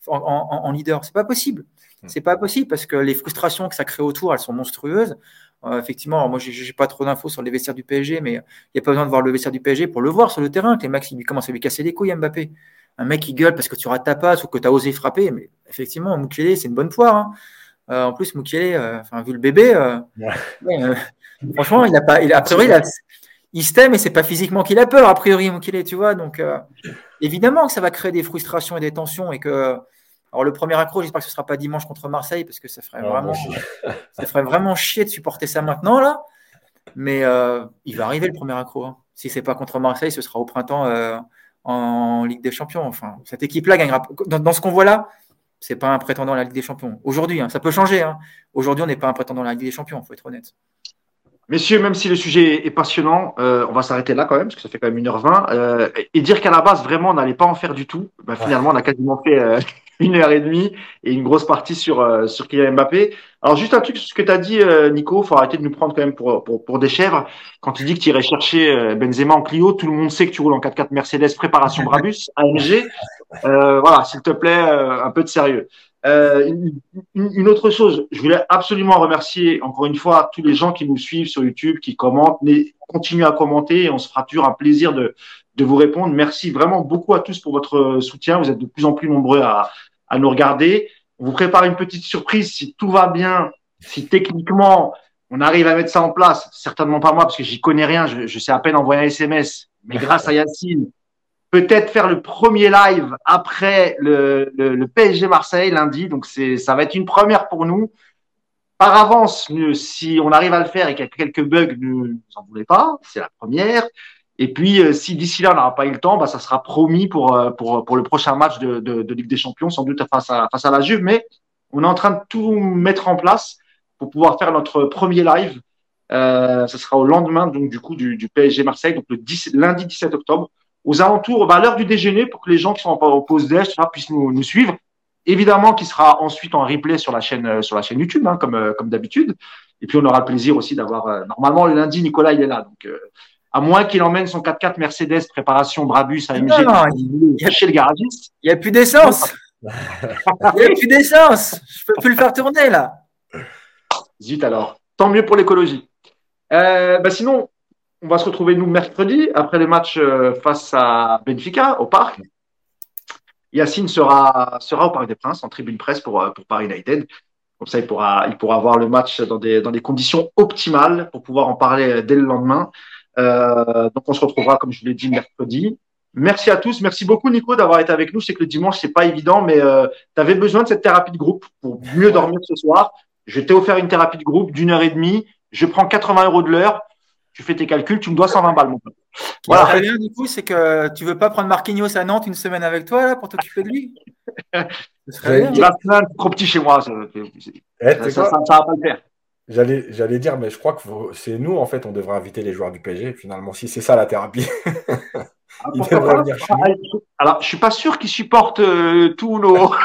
en leader. C'est pas possible. C'est pas possible parce que les frustrations que ça crée autour, elles sont monstrueuses. Effectivement, alors moi, j'ai pas trop d'infos sur les vestiaires du PSG, mais il n'y a pas besoin de voir le vestiaire du PSG pour le voir sur le terrain, que les mecs, ils commencent à lui casser les couilles à Mbappé. Un mec qui gueule parce que tu rates ta passe ou que tu as osé frapper, mais effectivement, Mukiele, c'est une bonne poire. Hein. En plus, Mukiele, vu le bébé, franchement, a priori, il se tait, mais c'est pas physiquement qu'il a peur, a priori, Mukiele, tu vois. Donc, évidemment que ça va créer des frustrations et des tensions et que. Alors, le premier accro, j'espère que ce ne sera pas dimanche contre Marseille parce que ça ferait vraiment chier de supporter ça maintenant, là. Mais il va arriver le premier accro. Hein. Si ce n'est pas contre Marseille, ce sera au printemps en Ligue des Champions. Enfin, cette équipe-là gagnera. Dans ce qu'on voit là, ce n'est pas un prétendant à la Ligue des Champions. Aujourd'hui, hein, ça peut changer. Hein. Aujourd'hui, on n'est pas un prétendant à la Ligue des Champions, il faut être honnête. Messieurs, même si le sujet est passionnant, on va s'arrêter là quand même, parce que ça fait quand même 1h20. Et dire qu'à la base, vraiment, on n'allait pas en faire du tout. Finalement, on a quasiment fait 1h30 et une grosse partie sur Kylian Mbappé. Alors, juste un truc sur ce que tu as dit, Nico, il faut arrêter de nous prendre quand même pour des chèvres. Quand tu dis que tu irais chercher Benzema en Clio, tout le monde sait que tu roules en 4x4 Mercedes, préparation Brabus, AMG. Voilà, s'il te plaît, un peu de sérieux. Une autre chose, je voulais absolument remercier encore une fois tous les gens qui nous suivent sur YouTube, qui commentent, mais continuez à commenter et on se fera toujours un plaisir de vous répondre. Merci vraiment beaucoup à tous pour votre soutien. Vous êtes de plus en plus nombreux à nous regarder. On vous prépare une petite surprise si tout va bien, si techniquement on arrive à mettre ça en place. Certainement pas moi parce que j'y connais rien, je sais à peine envoyer un SMS, mais grâce à Yacine, peut-être faire le premier live après le PSG Marseille lundi. Donc, ça va être une première pour nous. Par avance, si on arrive à le faire et qu'il y a quelques bugs, ne nous en voulez pas. C'est la première. Et puis, si d'ici là, on n'aura pas eu le temps, ça sera promis pour le prochain match de Ligue des Champions, sans doute face à la Juve. Mais on est en train de tout mettre en place pour pouvoir faire notre premier live. Ce sera au lendemain, donc, du coup, du PSG Marseille, donc lundi 17 octobre. Aux alentours, à l'heure du déjeuner, pour que les gens qui sont en pause déj puissent nous suivre. Évidemment, qui sera ensuite en replay sur la chaîne YouTube, hein, comme d'habitude. Et puis, on aura le plaisir aussi d'avoir. Normalement, le lundi, Nicolas, il est là. Donc, à moins qu'il emmène son 4x4 Mercedes, préparation Brabus, AMG, chez le garagiste. Il n'y a plus d'essence. Il n'y a plus d'essence. Je ne peux plus le faire tourner, là. Zut alors. Tant mieux pour l'écologie. Sinon, on va se retrouver, nous, mercredi, après le match face à Benfica, au Parc. Yacine sera au Parc des Princes, en tribune presse pour Paris United. Comme ça, il pourra voir le match dans des conditions optimales pour pouvoir en parler dès le lendemain. Donc, on se retrouvera, comme je vous l'ai dit, mercredi. Merci à tous. Merci beaucoup, Nico, d'avoir été avec nous. Je sais que le dimanche, c'est pas évident, mais tu avais besoin de cette thérapie de groupe pour mieux dormir ce soir. Je t'ai offert une thérapie de groupe d'1h30. Je prends 80 € de l'heure. Tu fais tes calculs, tu me dois 120 balles, mon pote. Voilà. Très bien, du coup, c'est que tu veux pas prendre Marquinhos à Nantes une semaine avec toi, là, pour t'occuper de lui. La semaine, trop petit chez moi. Ça va pas le faire. J'allais dire, mais je crois que c'est nous, en fait, on devrait inviter les joueurs du PSG, finalement, si c'est ça la thérapie. Ils devraient venir chez nous. Alors, je suis pas sûr qu'ils supportent tout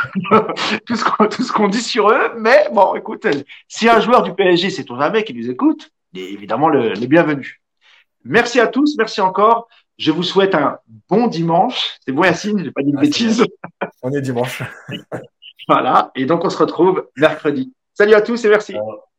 ce qu'on dit sur eux, mais bon, écoute, si un joueur du PSG, c'est ton jamais qui nous écoute, évidemment, les bienvenus. Merci à tous, merci encore. Je vous souhaite un bon dimanche. C'est bon, Yacine, j'ai pas dit de bêtises. On est dimanche. Voilà, et donc on se retrouve mercredi. Salut à tous et merci.